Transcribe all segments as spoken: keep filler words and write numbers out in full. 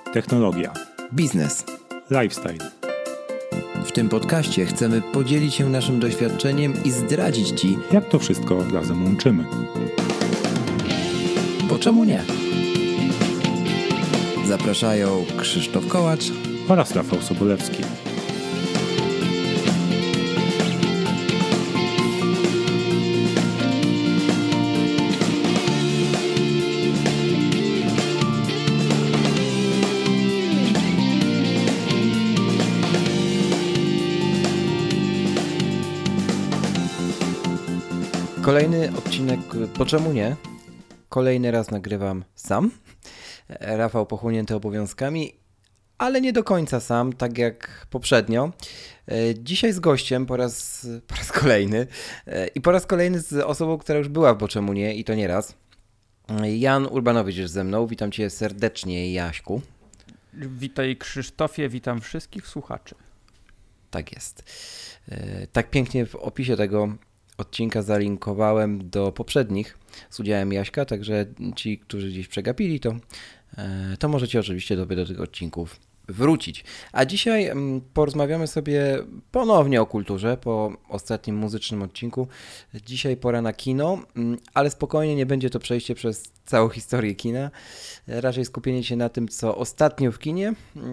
technologia, biznes, lifestyle. W tym podcaście chcemy podzielić się naszym doświadczeniem i zdradzić Ci, jak to wszystko razem łączymy. Bo czemu nie? Zapraszają Krzysztof Kołacz Oraz Rafał Sobolewski. Kolejny odcinek Po czemu nie? Kolejny raz nagrywam sam. Rafał pochłonięty obowiązkami, ale nie do końca sam, tak jak poprzednio. Dzisiaj z gościem po raz, po raz kolejny i po raz kolejny z osobą, która już była w Po czemu nie i to nie raz. Jan Urbanowicz jest ze mną. Witam Cię serdecznie, Jaśku. Witaj Krzysztofie, witam wszystkich słuchaczy. Tak jest. Tak pięknie w opisie tego odcinka zalinkowałem do poprzednich z udziałem Jaśka, także ci, którzy gdzieś przegapili, to, to możecie oczywiście do, do tych odcinków wrócić. A dzisiaj porozmawiamy sobie ponownie o kulturze po ostatnim muzycznym odcinku. Dzisiaj pora na kino, ale spokojnie, nie będzie to przejście przez całą historię kina. Raczej skupienie się na tym, co ostatnio w kinie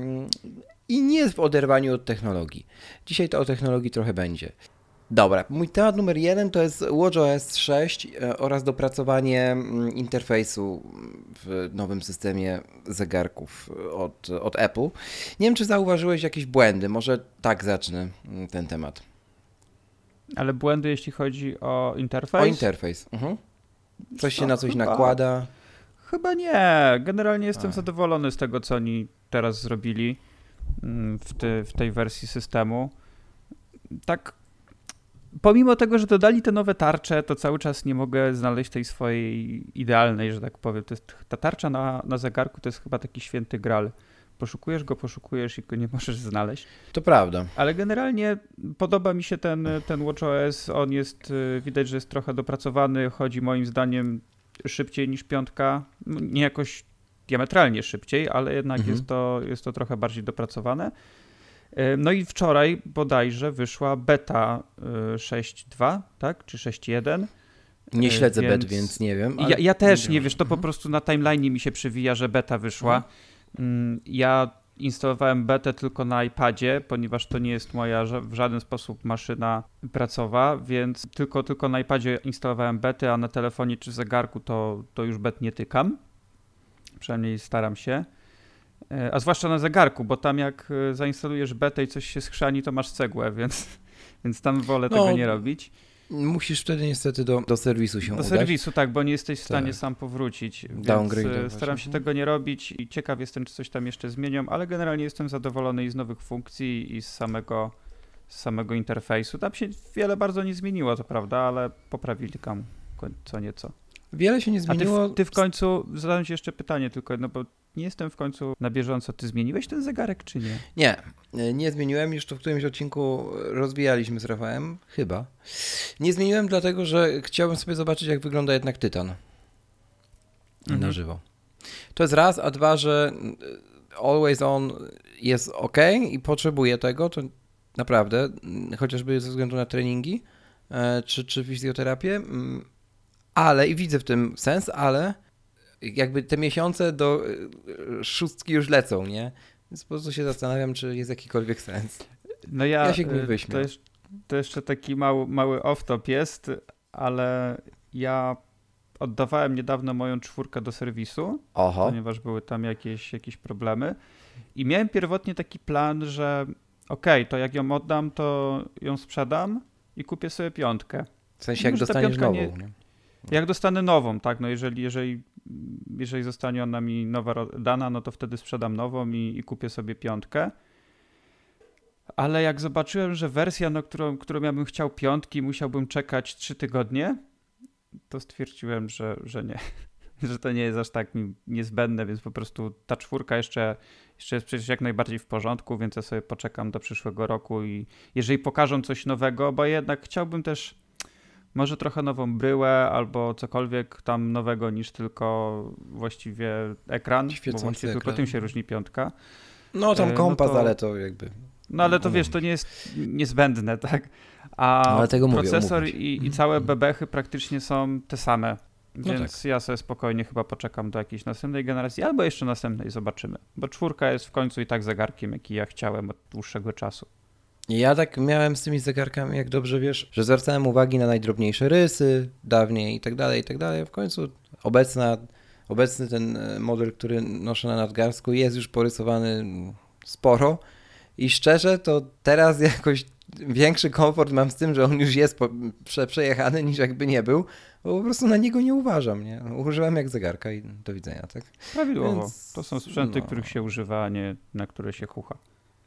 i nie w oderwaniu od technologii. Dzisiaj to o technologii trochę będzie. Dobra, mój temat numer jeden to jest watchOS sześć oraz dopracowanie interfejsu w nowym systemie zegarków od, od Apple. Nie wiem, czy zauważyłeś jakieś błędy, może tak zacznę ten temat. Ale błędy, jeśli chodzi o interfejs? O interfejs, mhm. Coś się no, na coś chyba, nakłada? Chyba nie, generalnie jestem A. zadowolony z tego, co oni teraz zrobili w, ty, w tej wersji systemu. Tak. Pomimo tego, że dodali te nowe tarcze, to cały czas nie mogę znaleźć tej swojej idealnej, że tak powiem. To jest, ta tarcza na, na zegarku to jest chyba taki święty gral. Poszukujesz go, poszukujesz i go nie możesz znaleźć. To prawda. Ale generalnie podoba mi się ten, ten watchOS. On jest, widać, że jest trochę dopracowany. Chodzi moim zdaniem szybciej niż piątka. Nie jakoś diametralnie szybciej, ale jednak mhm. jest, to, jest to trochę bardziej dopracowane. No i wczoraj bodajże wyszła beta sześć dwa, tak? Czy sześć jeden. Nie śledzę więc... bet, więc nie wiem. Ja, ja też nie, wiesz, to po prostu na timeline'ie mi się przewija, że beta wyszła. Mhm. Ja instalowałem betę tylko na iPadzie, ponieważ to nie jest moja w żaden sposób maszyna pracowa, więc tylko, tylko na iPadzie instalowałem betę, a na telefonie czy zegarku to, to już bet nie tykam. Przynajmniej staram się. A zwłaszcza na zegarku, bo tam jak zainstalujesz betę i coś się schrzani, to masz cegłę, więc, więc tam wolę no, tego nie robić. Musisz wtedy niestety do, do serwisu się Do udać. serwisu, tak, bo nie jesteś w stanie tak. sam powrócić. Downgrade Więc staram się tego nie robić i ciekaw jestem, czy coś tam jeszcze zmienią, ale generalnie jestem zadowolony i z nowych funkcji i z samego, z samego interfejsu. Tam się wiele bardzo nie zmieniło, to prawda, ale poprawili tam co nieco. Wiele się nie zmieniło. A ty w, ty w końcu, zadam ci jeszcze pytanie tylko, no bo nie jestem w końcu na bieżąco. Ty zmieniłeś ten zegarek, czy nie? Nie, nie zmieniłem. Już to w którymś odcinku rozwijaliśmy z Rafałem. Chyba. Nie zmieniłem dlatego, że chciałbym sobie zobaczyć, jak wygląda jednak Tytan mhm. na żywo. To jest raz, a dwa, że Always On jest ok i potrzebuję tego, to naprawdę, chociażby ze względu na treningi czy, czy fizjoterapię, ale i widzę w tym sens, ale jakby te miesiące do szóstki już lecą, nie? Więc po prostu się zastanawiam, czy jest jakikolwiek sens. No ja, ja się mi wyśmiał. To, jest, to jeszcze taki mały, mały off-top jest, ale ja oddawałem niedawno moją czwórkę do serwisu, Oho. ponieważ były tam jakieś, jakieś problemy i miałem pierwotnie taki plan, że okej, okay, to jak ją oddam, to ją sprzedam i kupię sobie piątkę. W sensie jak dostaniesz nową, nie? nie? Jak dostanę nową, tak, no jeżeli, jeżeli, jeżeli zostanie ona mi nowa dana, no to wtedy sprzedam nową i, i kupię sobie piątkę. Ale jak zobaczyłem, że wersja, no, którą, którą ja bym chciał piątki, musiałbym czekać trzy tygodnie, to stwierdziłem, że, że nie, że to nie jest aż tak mi niezbędne, więc po prostu ta czwórka jeszcze, jeszcze jest przecież jak najbardziej w porządku, więc ja sobie poczekam do przyszłego roku i jeżeli pokażą coś nowego, bo jednak chciałbym też Może trochę nową bryłę albo cokolwiek tam nowego niż tylko właściwie ekran, Świecący bo właściwie ekran. tylko tym się różni piątka. No tam E, no kompas, to- ale to jakby... No ale to wiesz, to nie jest niezbędne, tak? A No, ale tego mówię, procesor umówmy się. i, i całe bebechy praktycznie są te same. No Więc ja sobie spokojnie chyba poczekam do jakiejś następnej generacji, albo jeszcze następnej, zobaczymy. Bo czwórka jest w końcu i tak zegarkiem, jaki ja chciałem od dłuższego czasu. Ja tak miałem z tymi zegarkami, jak dobrze wiesz, że zwracałem uwagi na najdrobniejsze rysy dawniej i tak dalej, i tak dalej. W końcu obecna, obecny ten e, model, który noszę na nadgarstku jest już porysowany sporo i szczerze to teraz jakoś większy komfort mam z tym, że on już jest po, prze, przejechany niż jakby nie był, bo po prostu na niego nie uważam, nie? Używam jak zegarka i do widzenia, tak? Prawidłowo. Więc, To są sprzęty, no. których się używa, a nie na które się chucha.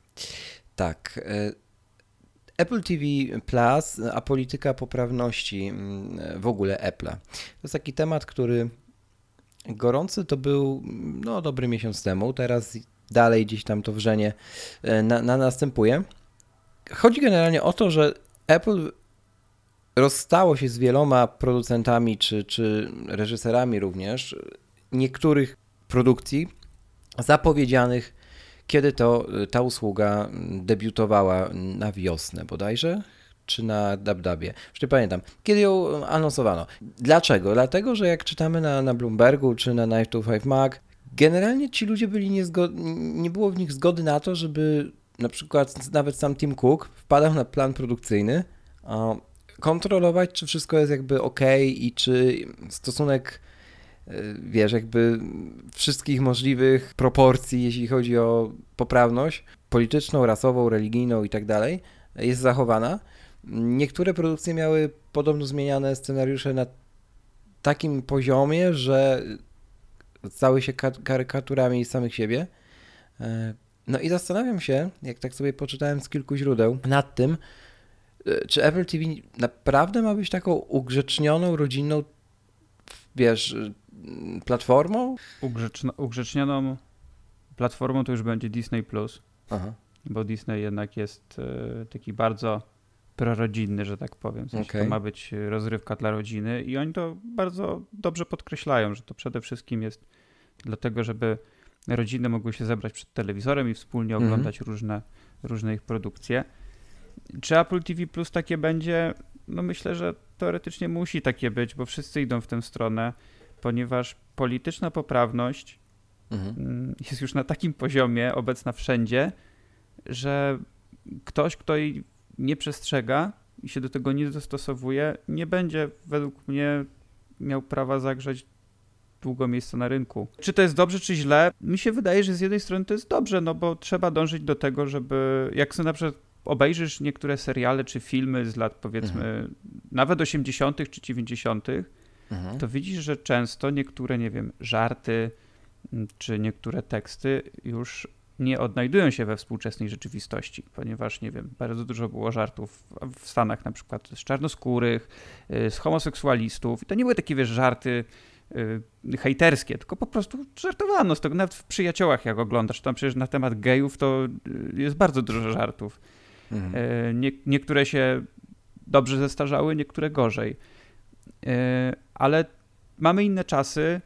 Tak. e, Apple T V Plus, a polityka poprawności mm, w ogóle Apple'a. To jest taki temat, który gorący to był no, dobry miesiąc temu, teraz dalej gdzieś tam to wrzenie e, na, na następuje. Chodzi generalnie o to, że Apple rozstało się z wieloma producentami czy, czy reżyserami również niektórych produkcji zapowiedzianych, kiedy to ta usługa debiutowała na wiosnę bodajże, czy na Dabdabie. Już nie pamiętam. Kiedy ją anonsowano. Dlaczego? Dlatego, że jak czytamy na, na Bloombergu czy na nine to five Mac, generalnie ci ludzie byli niezgodni, nie było w nich zgody na to, żeby na przykład nawet sam Tim Cook wpadał na plan produkcyjny, a kontrolować, czy wszystko jest jakby ok i czy stosunek, wiesz, jakby wszystkich możliwych proporcji, jeśli chodzi o poprawność polityczną, rasową, religijną i tak dalej, jest zachowana. Niektóre produkcje miały podobno zmieniane scenariusze na takim poziomie, że stały się karykaturami samych siebie. No i zastanawiam się, jak tak sobie poczytałem z kilku źródeł, nad tym, czy Apple T V naprawdę ma być taką ugrzecznioną, rodzinną, wiesz, platformą? Ugrzeczno, ugrzecznioną platformą to już będzie Disney Plus, Aha. bo Disney jednak jest e, taki bardzo prorodzinny, że tak powiem. W sensie Okay. To ma być rozrywka dla rodziny i oni to bardzo dobrze podkreślają, że to przede wszystkim jest dlatego, żeby rodziny mogły się zebrać przed telewizorem i wspólnie Mhm. oglądać różne, różne ich produkcje. Czy Apple T V Plus takie będzie? No myślę, że teoretycznie musi takie być, bo wszyscy idą w tę stronę, ponieważ polityczna poprawność Mhm. jest już na takim poziomie obecna wszędzie, że ktoś, kto jej nie przestrzega i się do tego nie dostosowuje, nie będzie według mnie miał prawa zagrzać długo miejsca na rynku. Czy to jest dobrze, czy źle? Mi się wydaje, że z jednej strony to jest dobrze, no bo trzeba dążyć do tego, żeby jak sobie na przykład obejrzysz niektóre seriale czy filmy z lat powiedzmy Mhm. nawet osiemdziesiątych czy dziewięćdziesiątych, Mhm. to widzisz, że często niektóre, nie wiem, żarty czy niektóre teksty już nie odnajdują się we współczesnej rzeczywistości, ponieważ, nie wiem, bardzo dużo było żartów w Stanach na przykład z czarnoskórych, z homoseksualistów i to nie były takie, wiesz, żarty y, hejterskie, tylko po prostu żartowano z tego, nawet w Przyjaciołach jak oglądasz, tam przecież na temat gejów to jest bardzo dużo żartów. Mhm. Y, nie, niektóre się dobrze zestarzały, niektóre gorzej. Y, ale mamy inne czasy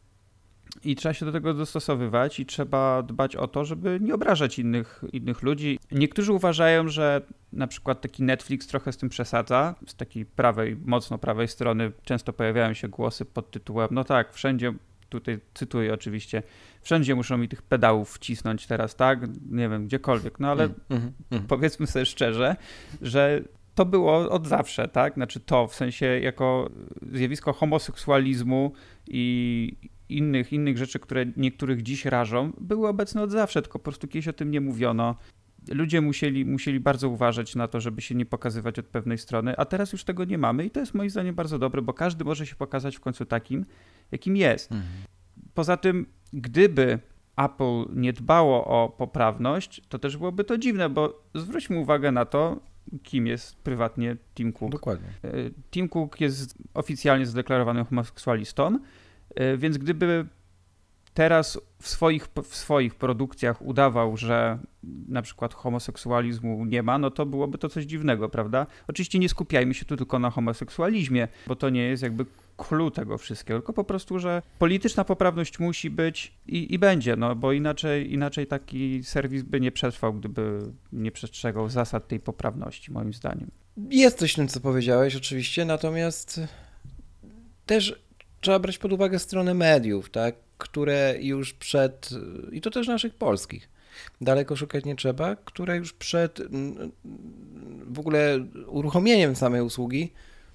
i trzeba się do tego dostosowywać i trzeba dbać o to, żeby nie obrażać innych, innych ludzi. Niektórzy uważają, że na przykład taki Netflix trochę z tym przesadza. Z takiej prawej, mocno prawej strony często pojawiają się głosy pod tytułem no tak, wszędzie, tutaj cytuję oczywiście, wszędzie muszą mi tych pedałów wcisnąć teraz, tak? Nie wiem, gdziekolwiek, no ale Mhm. Mhm. powiedzmy sobie szczerze, że to było od zawsze, tak? Znaczy to, w sensie jako zjawisko homoseksualizmu i innych, innych rzeczy, które niektórych dziś rażą, były obecne od zawsze, tylko po prostu kiedyś o tym nie mówiono. Ludzie musieli, musieli bardzo uważać na to, żeby się nie pokazywać od pewnej strony, a teraz już tego nie mamy i to jest moim zdaniem bardzo dobre, bo każdy może się pokazać w końcu takim, jakim jest. Mhm. Poza tym, gdyby Apple nie dbało o poprawność, to też byłoby to dziwne, bo zwróćmy uwagę na to, kim jest prywatnie Tim Cook. Dokładnie. Tim Cook jest oficjalnie zadeklarowanym homoseksualistą, więc gdyby teraz w swoich, w swoich produkcjach udawał, że na przykład homoseksualizmu nie ma, no to byłoby to coś dziwnego, prawda? Oczywiście nie skupiajmy się tu tylko na homoseksualizmie, bo to nie jest jakby clue tego wszystkiego, tylko po prostu, że polityczna poprawność musi być i, i będzie, no bo inaczej, inaczej taki serwis by nie przetrwał, gdyby nie przestrzegał zasad tej poprawności, moim zdaniem. Jest coś w tym, co powiedziałeś oczywiście, natomiast też trzeba brać pod uwagę stronę mediów, tak, które już przed, i to też naszych polskich, daleko szukać nie trzeba, które już przed w ogóle uruchomieniem samej usługi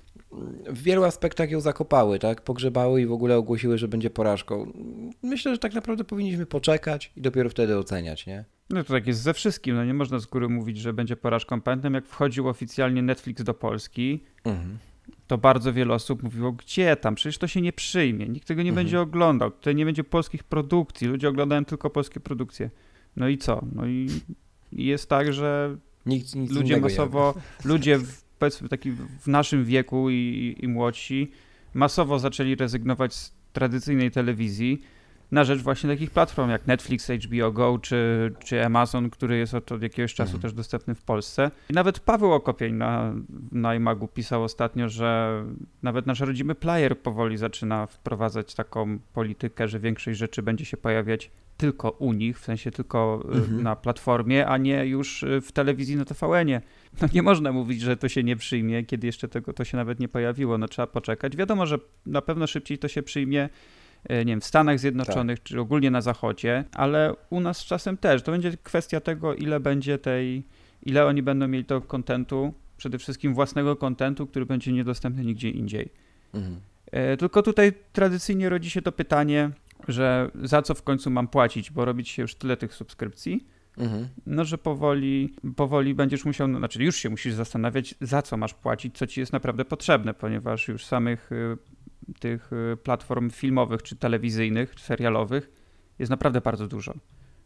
w wielu aspektach ją zakopały, tak, pogrzebały i w ogóle ogłosiły, że będzie porażką. Myślę, że tak naprawdę powinniśmy poczekać i dopiero wtedy oceniać, nie? No to tak jest ze wszystkim, no nie można z góry mówić, że będzie porażką. Pamiętam, jak wchodził oficjalnie Netflix do Polski, mhm. to bardzo wiele osób mówiło, gdzie tam, przecież to się nie przyjmie, nikt tego nie mhm. będzie oglądał, tutaj nie będzie polskich produkcji, ludzie oglądają tylko polskie produkcje. No i co? No i, i jest tak, że nic, nic ludzie masowo, ludzie w, powiedzmy taki w naszym wieku i, i młodsi masowo zaczęli rezygnować z tradycyjnej telewizji na rzecz właśnie takich platform jak Netflix, H B O Go czy, czy Amazon, który jest od, od jakiegoś czasu mhm. też dostępny w Polsce. I nawet Paweł Okopień na, na iMagu pisał ostatnio, że nawet nasz rodzimy player powoli zaczyna wprowadzać taką politykę, że większość rzeczy będzie się pojawiać tylko u nich, w sensie tylko mhm. na platformie, a nie już w telewizji na T V N-ie. No nie można mówić, że to się nie przyjmie, kiedy jeszcze tego to się nawet nie pojawiło. No trzeba poczekać. Wiadomo, że na pewno szybciej to się przyjmie, nie wiem, w Stanach Zjednoczonych, tak. czy ogólnie na Zachodzie, ale u nas czasem też. To będzie kwestia tego, ile będzie tej, ile oni będą mieli tego kontentu, przede wszystkim własnego kontentu, który będzie niedostępny nigdzie indziej. Mhm. E, tylko tutaj tradycyjnie rodzi się to pytanie, że za co w końcu mam płacić, bo robić się już tyle tych subskrypcji, mhm. no że powoli, powoli będziesz musiał, no, znaczy już się musisz zastanawiać, za co masz płacić, co ci jest naprawdę potrzebne, ponieważ już samych tych platform filmowych, czy telewizyjnych, czy serialowych jest naprawdę bardzo dużo.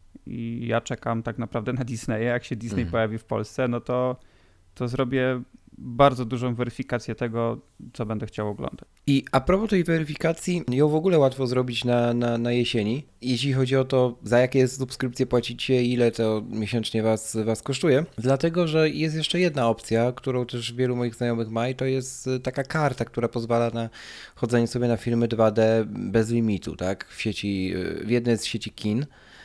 I ja czekam tak naprawdę na Disneya. Jak się Disney mhm. pojawi w Polsce, no to, to zrobię bardzo dużą weryfikację tego, co będę chciał oglądać. I a propos tej weryfikacji, ją w ogóle łatwo zrobić na, na, na jesieni. Jeśli chodzi o to, za jakie subskrypcje płacicie, ile to miesięcznie was, was kosztuje. Dlatego, że jest jeszcze jedna opcja, którą też wielu moich znajomych ma i to jest taka karta, która pozwala na chodzenie sobie na filmy dwa D bez limitu, tak? W sieci, w jednej z sieci kin.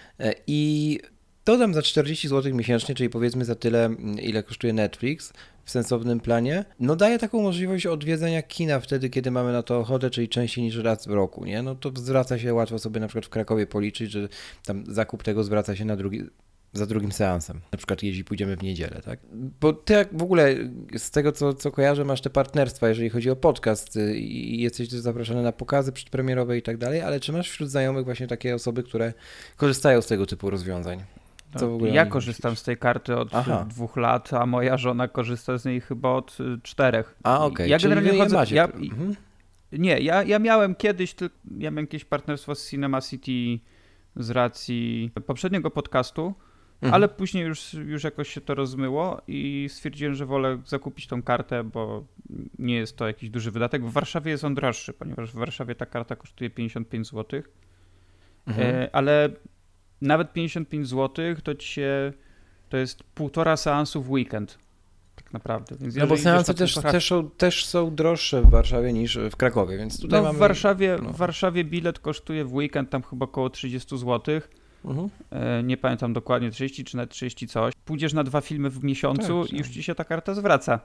I to dam za czterdzieści złotych miesięcznie, czyli powiedzmy za tyle, ile kosztuje Netflix w sensownym planie, no daje taką możliwość odwiedzenia kina wtedy, kiedy mamy na to ochotę, czyli częściej niż raz w roku, nie? No to zwraca się łatwo sobie na przykład w Krakowie policzyć, że tam zakup tego zwraca się na drugi, za drugim seansem. Na przykład jeśli pójdziemy w niedzielę, tak? Bo ty jak w ogóle z tego, co, co kojarzę, masz te partnerstwa, jeżeli chodzi o podcast i jesteś też zapraszany na pokazy przedpremierowe i tak dalej, ale czy masz wśród znajomych właśnie takie osoby, które korzystają z tego typu rozwiązań? Co w ogóle ja korzystam myślisz? z tej karty od Aha. dwóch lat, a moja żona korzysta z niej chyba od czterech. A okej, okay. Ja Czyli generalnie chodzę... macie... Ja, mhm. Nie, ja, ja miałem kiedyś, ja miałem jakieś partnerstwo z Cinema City z racji poprzedniego podcastu, mhm. ale później już, już jakoś się to rozmyło i stwierdziłem, że wolę zakupić tą kartę, bo nie jest to jakiś duży wydatek. W Warszawie jest on droższy, ponieważ w Warszawie ta karta kosztuje pięćdziesiąt pięć złotych, mhm. e, ale nawet pięćdziesiąt pięć złotych to ci się, to jest półtora seansu w weekend, tak naprawdę. Więc no bo seansy też, półtora... też, są, też są droższe w Warszawie niż w Krakowie, więc tutaj no, mamy... w Warszawie, no. w Warszawie bilet kosztuje w weekend tam chyba około trzydzieści złotych. Uh-huh. E, nie pamiętam dokładnie, trzydzieści czy nawet trzydzieści coś. Pójdziesz na dwa filmy w miesiącu tak, i już ci się ta karta zwraca.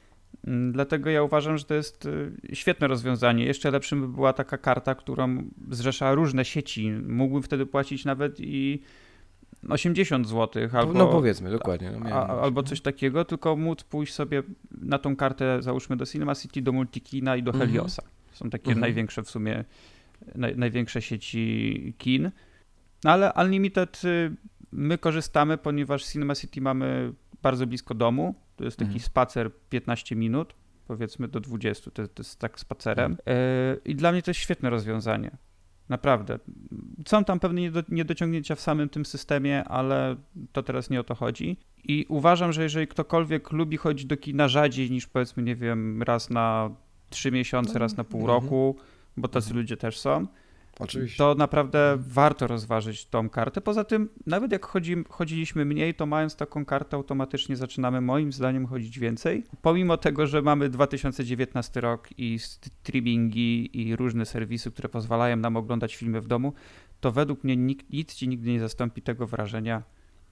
Dlatego ja uważam, że to jest świetne rozwiązanie. Jeszcze lepszym by była taka karta, którą zrzesza różne sieci. Mógłbym wtedy płacić nawet i osiemdziesiąt złotych. Albo, no powiedzmy, dokładnie. No a, albo coś takiego, tylko móc pójść sobie na tą kartę, załóżmy do Cinema City, do Multikina i do mhm. Heliosa. Są takie mhm. największe w sumie, naj, największe sieci kin. Ale Unlimited my korzystamy, ponieważ Cinema City mamy bardzo blisko domu. To jest taki mhm. spacer piętnaście minut, powiedzmy do dwudziestu, to, to jest tak spacerem. Yy, I dla mnie to jest świetne rozwiązanie. Naprawdę. Są tam pewne niedo, niedociągnięcia w samym tym systemie, ale to teraz nie o to chodzi. I uważam, że jeżeli ktokolwiek lubi chodzić do kina rzadziej niż powiedzmy, nie wiem, raz na trzy miesiące, raz na pół mhm. roku, bo tacy mhm. ludzie też są, Oczywiście. To naprawdę warto rozważyć tą kartę. Poza tym, nawet jak chodzi, chodziliśmy mniej, to mając taką kartę automatycznie zaczynamy moim zdaniem chodzić więcej. Pomimo tego, że mamy dwa tysiące dziewiętnasty rok i streamingi i różne serwisy, które pozwalają nam oglądać filmy w domu, to według mnie nikt, nic ci nigdy nie zastąpi tego wrażenia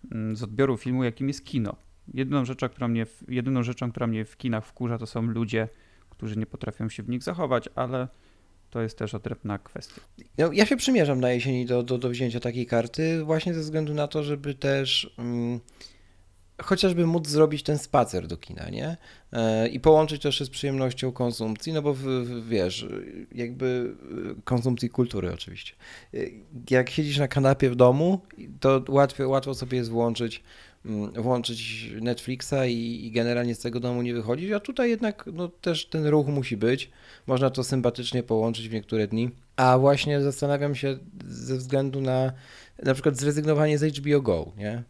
z odbioru filmu, jakim jest kino. Jedyną rzeczą, która mnie, jedyną rzeczą, która mnie w kinach wkurza, to są ludzie, którzy nie potrafią się w nich zachować, ale to jest też odrębna kwestia. No, ja się przymierzam na jesieni do, do, do wzięcia takiej karty właśnie ze względu na to, żeby też mm, chociażby móc zrobić ten spacer do kina, nie? E, I połączyć to jeszcze z przyjemnością konsumpcji, no bo w, w, wiesz, jakby konsumpcji kultury oczywiście. Jak siedzisz na kanapie w domu, to łatwo, łatwo sobie jest włączyć włączyć Netflixa i, i generalnie z tego domu nie wychodzić, a tutaj jednak no, też ten ruch musi być. Można to sympatycznie połączyć w niektóre dni. A właśnie zastanawiam się ze względu na na przykład zrezygnowanie z H B O Go, nie?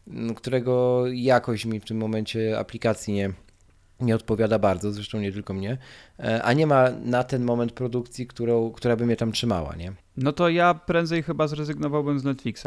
Którego jakość mi w tym momencie aplikacji nie, nie odpowiada bardzo, zresztą nie tylko mnie, a nie ma na ten moment produkcji, którą, która by mnie tam trzymała, nie? No to ja prędzej chyba zrezygnowałbym z Netflixa.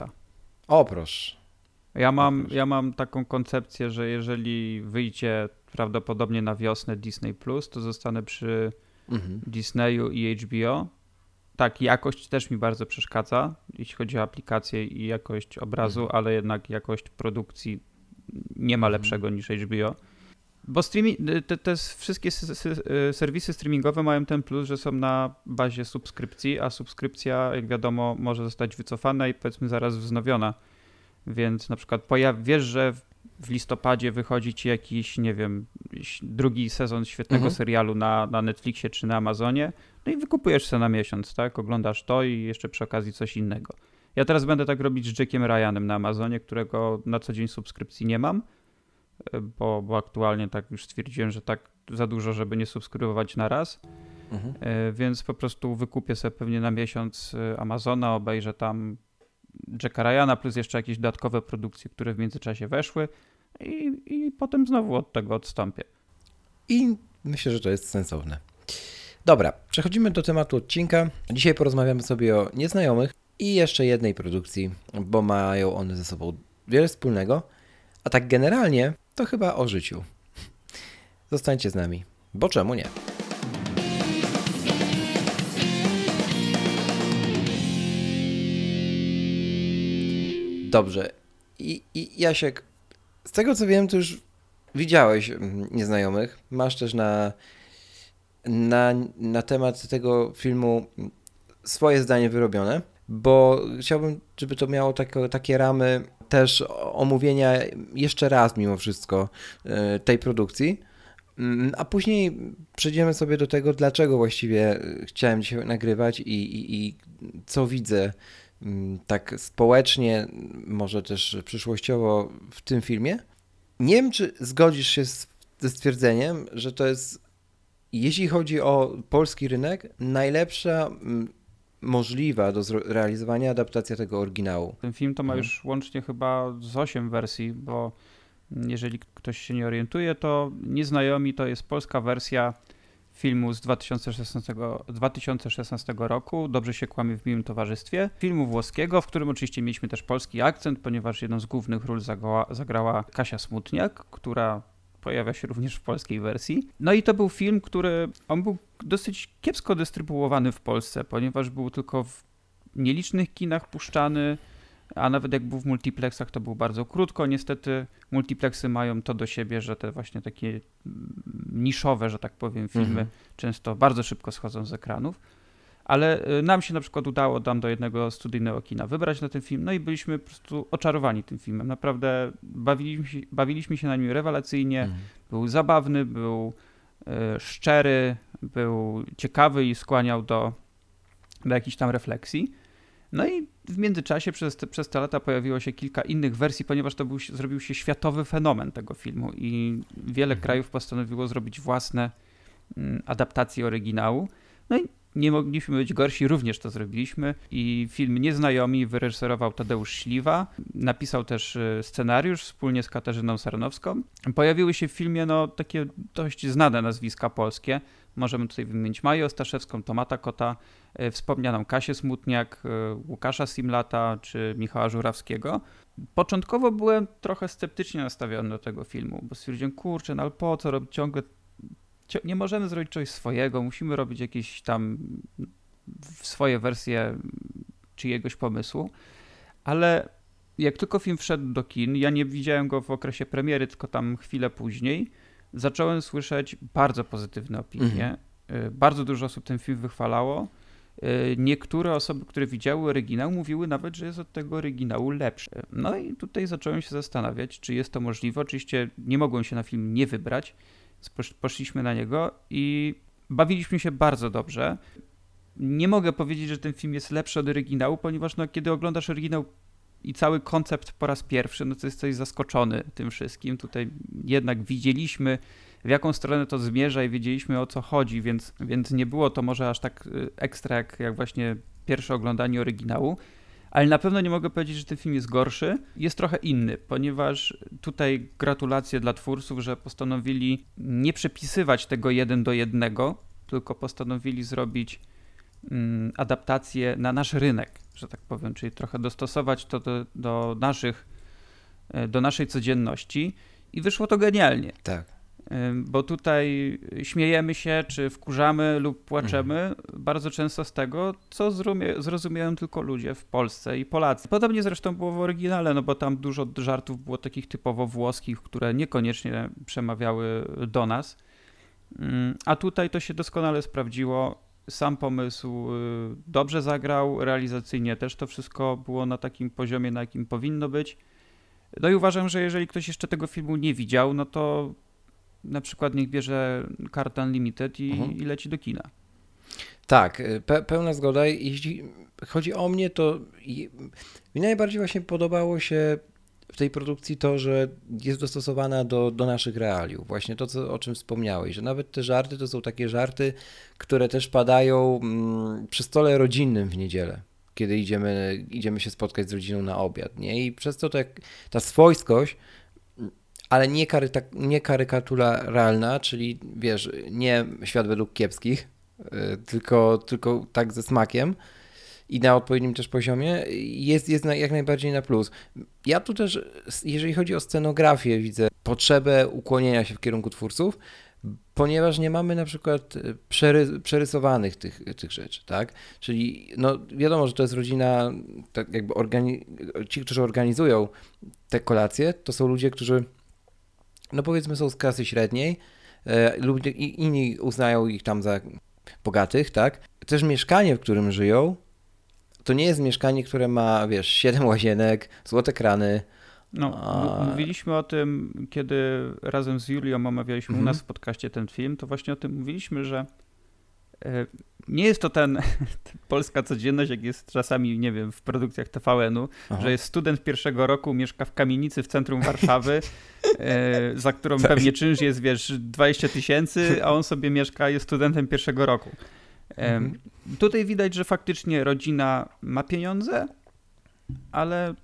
O proszę. Ja mam, ja mam taką koncepcję, że jeżeli wyjdzie prawdopodobnie na wiosnę Disney Plus, to zostanę przy mhm. Disneyu i H B O. Tak, jakość też mi bardzo przeszkadza, jeśli chodzi o aplikację i jakość obrazu, mhm. ale jednak jakość produkcji nie ma lepszego mhm. niż H B O. Bo streaming, te, te wszystkie serwisy streamingowe mają ten plus, że są na bazie subskrypcji, a subskrypcja, jak wiadomo, może zostać wycofana i powiedzmy zaraz wznowiona. Więc na przykład pojaw, wiesz, że w listopadzie wychodzi ci jakiś, nie wiem, drugi sezon świetnego mhm. serialu na, na Netflixie czy na Amazonie, no i wykupujesz sobie na miesiąc, tak? Oglądasz to i jeszcze przy okazji coś innego. Ja teraz będę tak robić z Jackiem Ryanem na Amazonie, którego na co dzień subskrypcji nie mam, bo, bo aktualnie tak już stwierdziłem, że tak za dużo, żeby nie subskrybować na raz. Mhm. Więc po prostu wykupię sobie pewnie na miesiąc Amazona, obejrzę tam Jacka Ryana plus jeszcze jakieś dodatkowe produkcje, które w międzyczasie weszły i, i potem znowu od tego odstąpię. I myślę, że to jest sensowne. Dobra, przechodzimy do tematu odcinka. Dzisiaj porozmawiamy sobie o Nieznajomych i jeszcze jednej produkcji, bo mają one ze sobą wiele wspólnego, a tak generalnie to chyba o życiu. Zostańcie z nami, bo czemu nie? Dobrze. I, i Jasiek, z tego co wiem, to już widziałeś Nieznajomych. Masz też na, na, na temat tego filmu swoje zdanie wyrobione, bo chciałbym, żeby to miało takie, takie ramy też omówienia jeszcze raz mimo wszystko tej produkcji, a później przejdziemy sobie do tego, dlaczego właściwie chciałem dzisiaj nagrywać i, i, i co widzę tak społecznie, może też przyszłościowo w tym filmie. Nie wiem, czy zgodzisz się z, ze stwierdzeniem, że to jest, jeśli chodzi o polski rynek, najlepsza m, możliwa do zrealizowania adaptacja tego oryginału. Ten film to ma mhm. już łącznie chyba z osiem wersji, bo jeżeli ktoś się nie orientuje, to Nieznajomi to jest polska wersja filmu z dwa tysiące szesnastego roku, Dobrze się kłamie w miłym towarzystwie, filmu włoskiego, w którym oczywiście mieliśmy też polski akcent, ponieważ jedną z głównych ról zagrała, zagrała Kasia Smutniak, która pojawia się również w polskiej wersji. No i to był film, który, on był dosyć kiepsko dystrybuowany w Polsce, ponieważ był tylko w nielicznych kinach puszczany, a nawet jak był w multiplexach, to był bardzo krótko. Niestety multiplexy mają to do siebie, że te właśnie takie niszowe, że tak powiem, filmy mhm. często bardzo szybko schodzą z ekranów. Ale nam się na przykład udało tam do jednego studyjnego kina wybrać na ten film, no i byliśmy po prostu oczarowani tym filmem. Naprawdę bawiliśmy się, bawiliśmy się na nim rewelacyjnie, mhm. był zabawny, był y, szczery, był ciekawy i skłaniał do, do jakichś tam refleksji. No i w międzyczasie przez te, przez te lata pojawiło się kilka innych wersji, ponieważ to był, zrobił się światowy fenomen tego filmu i wiele mhm. krajów postanowiło zrobić własne mm, adaptacje oryginału. No i nie mogliśmy być gorsi, również to zrobiliśmy i film Nieznajomi wyreżyserował Tadeusz Śliwa, napisał też scenariusz wspólnie z Katarzyną Sarnowską. Pojawiły się w filmie no, takie dość znane nazwiska polskie. Możemy tutaj wymienić Maję Ostaszewską, Tomata Kota, wspomnianą Kasię Smutniak, Łukasza Simlata czy Michała Żurawskiego. Początkowo byłem trochę sceptycznie nastawiony do tego filmu, bo stwierdziłem, kurczę, no ale po co robić ciągle, nie możemy zrobić czegoś swojego, musimy robić jakieś tam swoje wersje czyjegoś pomysłu, ale jak tylko film wszedł do kin, ja nie widziałem go w okresie premiery, tylko tam chwilę później, zacząłem słyszeć bardzo pozytywne opinie. Mhm. Bardzo dużo osób ten film wychwalało. Niektóre osoby, które widziały oryginał, mówiły nawet, że jest od tego oryginału lepszy. No i tutaj zacząłem się zastanawiać, czy jest to możliwe. Oczywiście nie mogłem się na film nie wybrać. Poszliśmy na niego i bawiliśmy się bardzo dobrze. Nie mogę powiedzieć, że ten film jest lepszy od oryginału, ponieważ no, kiedy oglądasz oryginał i cały koncept po raz pierwszy, no to jesteś zaskoczony tym wszystkim. Tutaj jednak widzieliśmy, w jaką stronę to zmierza i wiedzieliśmy, o co chodzi, więc, więc nie było to może aż tak ekstra, jak, jak właśnie pierwsze oglądanie oryginału, ale na pewno nie mogę powiedzieć, że ten film jest gorszy. Jest trochę inny, ponieważ tutaj gratulacje dla twórców, że postanowili nie przepisywać tego jeden do jednego, tylko postanowili zrobić mm, adaptację na nasz rynek, że tak powiem, czyli trochę dostosować to do, do naszych, do naszej codzienności i wyszło to genialnie. Tak. Bo tutaj śmiejemy się, czy wkurzamy lub płaczemy mhm. bardzo często z tego, co zrozumie, zrozumieją tylko ludzie w Polsce i Polacy. Podobnie zresztą było w oryginale, no bo tam dużo żartów było takich typowo włoskich, które niekoniecznie przemawiały do nas. A tutaj to się doskonale sprawdziło. Sam pomysł dobrze zagrał, realizacyjnie też to wszystko było na takim poziomie, na jakim powinno być. No i uważam, że jeżeli ktoś jeszcze tego filmu nie widział, no to na przykład niech bierze kartę Unlimited i, mhm. i leci do kina. Tak, pe- pełna zgoda. Jeśli chodzi o mnie, to mi najbardziej właśnie podobało się w tej produkcji to, że jest dostosowana do, do naszych realiów. Właśnie to, co, o czym wspomniałeś, że nawet te żarty to są takie żarty, które też padają mm, przy stole rodzinnym w niedzielę, kiedy idziemy, idziemy się spotkać z rodziną na obiad, nie? I przez to tak, ta swojskość, ale nie, karyta, nie karykaturalna, czyli wiesz, nie świat według kiepskich, yy, tylko, tylko tak ze smakiem i na odpowiednim też poziomie, jest, jest na, jak najbardziej na plus. Ja tu też, jeżeli chodzi o scenografię, widzę potrzebę ukłonienia się w kierunku twórców, ponieważ nie mamy na przykład przery, przerysowanych tych, tych rzeczy, tak? Czyli no wiadomo, że to jest rodzina, tak jakby organi- ci, którzy organizują te kolacje, to są ludzie, którzy no powiedzmy są z klasy średniej e, lub inni uznają ich tam za bogatych, tak? Też mieszkanie, w którym żyją, to nie jest mieszkanie, które ma, wiesz, siedem łazienek, złote krany. No, a... mówiliśmy o tym, kiedy razem z Julią omawialiśmy mhm. u nas w podcaście ten film, to właśnie o tym mówiliśmy, że e, nie jest to ten, ten polska codzienność, jak jest czasami, nie wiem, w produkcjach T V N-u, Aha. że jest student pierwszego roku, mieszka w kamienicy w centrum Warszawy, e, za którą tak. pewnie czynsz jest, wiesz, dwadzieścia tysięcy, a on sobie mieszka, jest studentem pierwszego roku. E, mhm. Tutaj widać, że faktycznie rodzina ma pieniądze, ale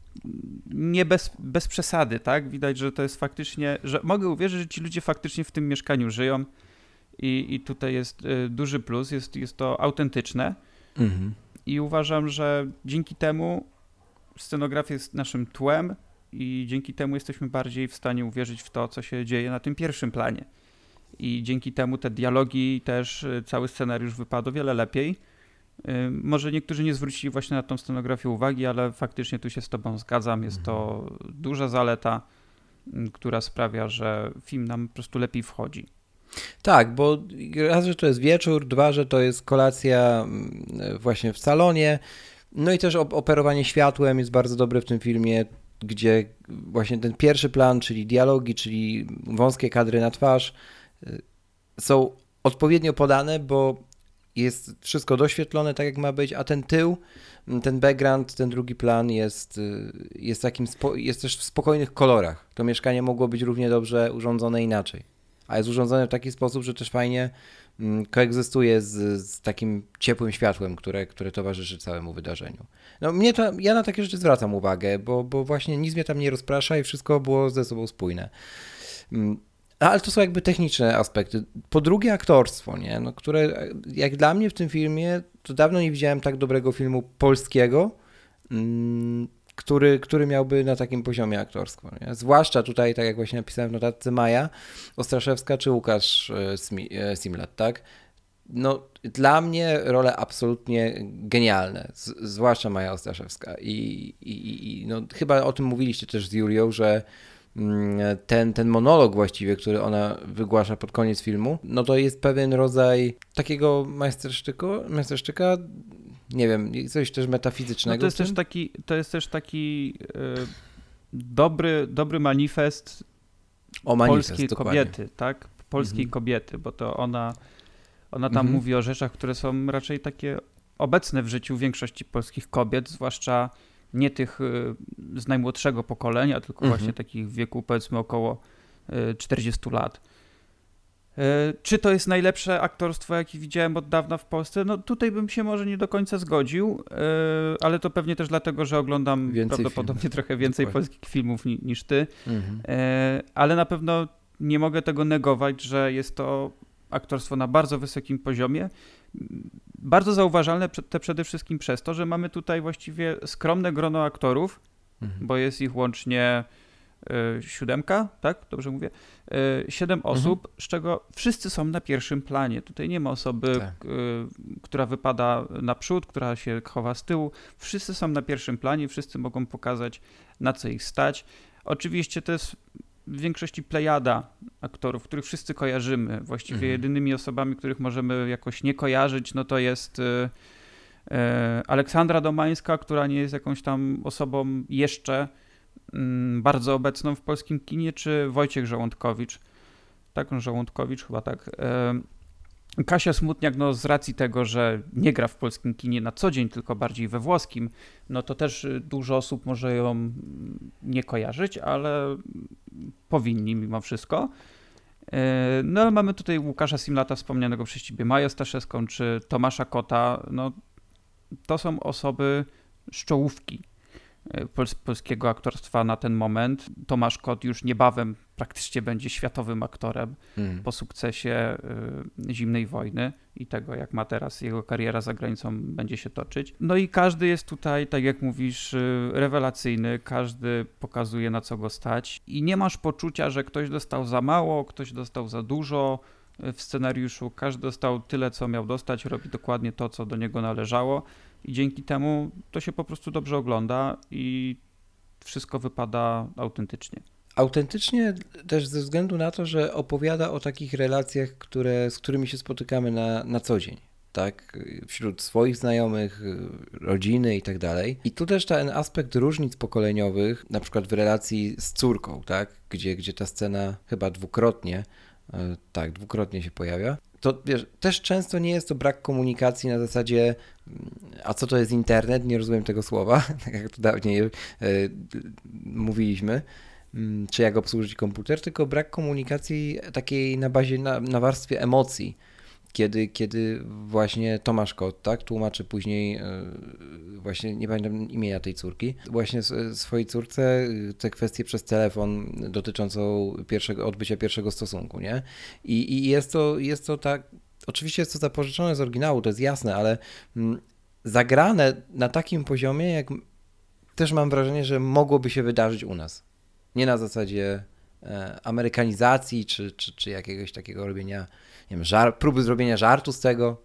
nie bez, bez przesady, tak? Widać, że to jest faktycznie, że mogę uwierzyć, że ci ludzie faktycznie w tym mieszkaniu żyją. I, I tutaj jest y, duży plus, jest, jest to autentyczne mhm. i uważam, że dzięki temu scenografia jest naszym tłem i dzięki temu jesteśmy bardziej w stanie uwierzyć w to, co się dzieje na tym pierwszym planie. I dzięki temu te dialogi też, y, cały scenariusz wypadł o wiele lepiej. Y, może niektórzy nie zwrócili właśnie na tą scenografię uwagi, ale faktycznie tu się z tobą zgadzam. Jest mhm. to duża zaleta, y, która sprawia, że film nam po prostu lepiej wchodzi. Tak, bo raz, że to jest wieczór, dwa, że to jest kolacja właśnie w salonie, no i też operowanie światłem jest bardzo dobre w tym filmie, gdzie właśnie ten pierwszy plan, czyli dialogi, czyli wąskie kadry na twarz są odpowiednio podane, bo jest wszystko doświetlone tak, jak ma być, a ten tył, ten background, ten drugi plan jest, jest, takim spo, jest też w spokojnych kolorach. To mieszkanie mogło być równie dobrze urządzone inaczej. A jest urządzone w taki sposób, że też fajnie koegzystuje z, z takim ciepłym światłem, które, które towarzyszy całemu wydarzeniu. No mnie to, ja na takie rzeczy zwracam uwagę, bo, bo właśnie nic mnie tam nie rozprasza i wszystko było ze sobą spójne. Ale to są jakby techniczne aspekty. Po drugie aktorstwo, nie? No, które jak dla mnie w tym filmie to dawno nie widziałem tak dobrego filmu polskiego, mm, który, który miałby na takim poziomie aktorstwo. Nie? Zwłaszcza tutaj, tak jak właśnie napisałem w notatce, Maja Ostraszewska czy Łukasz Simlat, tak? No, dla mnie role absolutnie genialne, z, zwłaszcza Maja Ostraszewska. I, i, i no, chyba o tym mówiliście też z Julią, że ten, ten monolog właściwie, który ona wygłasza pod koniec filmu, no to jest pewien rodzaj takiego majstersztyku, majstersztyka, nie wiem, coś też metafizycznego. No to jest też taki, to jest też taki yy, dobry, dobry manifest, o manifest polskiej dokładnie. kobiety, tak? Polskiej mhm. kobiety, bo to ona, ona tam mhm. mówi o rzeczach, które są raczej takie obecne w życiu większości polskich kobiet, zwłaszcza nie tych z najmłodszego pokolenia, tylko mhm. właśnie takich w wieku powiedzmy około czterdziestu lat. Czy to jest najlepsze aktorstwo, jakie widziałem od dawna w Polsce? No tutaj bym się może nie do końca zgodził, ale to pewnie też dlatego, że oglądam więcej prawdopodobnie film. trochę więcej Dokładnie. polskich filmów ni- niż ty, mhm. ale na pewno nie mogę tego negować, że jest to aktorstwo na bardzo wysokim poziomie. Bardzo zauważalne te przede wszystkim przez to, że mamy tutaj właściwie skromne grono aktorów, mhm. bo jest ich łącznie y, siódemka, tak? Dobrze mówię? Y, siedem mhm. osób, z czego wszyscy są na pierwszym planie. Tutaj nie ma osoby, tak. y, która wypada naprzód, która się chowa z tyłu. Wszyscy są na pierwszym planie, wszyscy mogą pokazać, na co ich stać. Oczywiście to jest w większości plejada aktorów, których wszyscy kojarzymy. Właściwie mhm. jedynymi osobami, których możemy jakoś nie kojarzyć, no to jest y, y, Aleksandra Domańska, która nie jest jakąś tam osobą jeszcze y, bardzo obecną w polskim kinie, czy Wojciech Żołądkowicz. Tak, on Żołądkowicz chyba tak. Y, Kasia Smutniak, no z racji tego, że nie gra w polskim kinie na co dzień, tylko bardziej we włoskim, no to też dużo osób może ją nie kojarzyć, ale powinni mimo wszystko. No ale mamy tutaj Łukasza Simlata, wspomnianego przez ciebie, Maję Staszewską czy Tomasza Kota. No to są osoby z czołówki Pols- polskiego aktorstwa na ten moment. Tomasz Kot już niebawem praktycznie będzie światowym aktorem mm. po sukcesie y, Zimnej Wojny i tego, jak ma teraz jego kariera za granicą będzie się toczyć. No i każdy jest tutaj, tak jak mówisz, y, rewelacyjny, każdy pokazuje, na co go stać i nie masz poczucia, że ktoś dostał za mało, ktoś dostał za dużo w scenariuszu, każdy dostał tyle, co miał dostać, robi dokładnie to, co do niego należało. I dzięki temu to się po prostu dobrze ogląda i wszystko wypada autentycznie. Autentycznie też ze względu na to, że opowiada o takich relacjach, które, z którymi się spotykamy na, na co dzień, tak? Wśród swoich znajomych, rodziny i tak dalej. I tu też ten aspekt różnic pokoleniowych, na przykład w relacji z córką, tak? Gdzie, gdzie ta scena chyba dwukrotnie, tak, dwukrotnie się pojawia. To wiesz, też często nie jest to brak komunikacji na zasadzie, a co to jest internet, nie rozumiem tego słowa, tak jak to dawniej y, mówiliśmy, y, czy jak obsłużyć komputer, tylko brak komunikacji takiej na bazie, na, na warstwie emocji, kiedy, kiedy właśnie Tomasz Kot, tak, tłumaczy później, y, właśnie nie pamiętam imienia tej córki, właśnie swojej córce te kwestie przez telefon dotyczącą pierwszego, odbycia pierwszego stosunku, nie? I, i jest to, jest to tak, oczywiście jest to zapożyczone z oryginału, to jest jasne, ale mm, zagrane na takim poziomie, jak też mam wrażenie, że mogłoby się wydarzyć u nas. Nie na zasadzie e, amerykanizacji, czy, czy, czy jakiegoś takiego robienia, nie wiem, żar- próby zrobienia żartu z tego.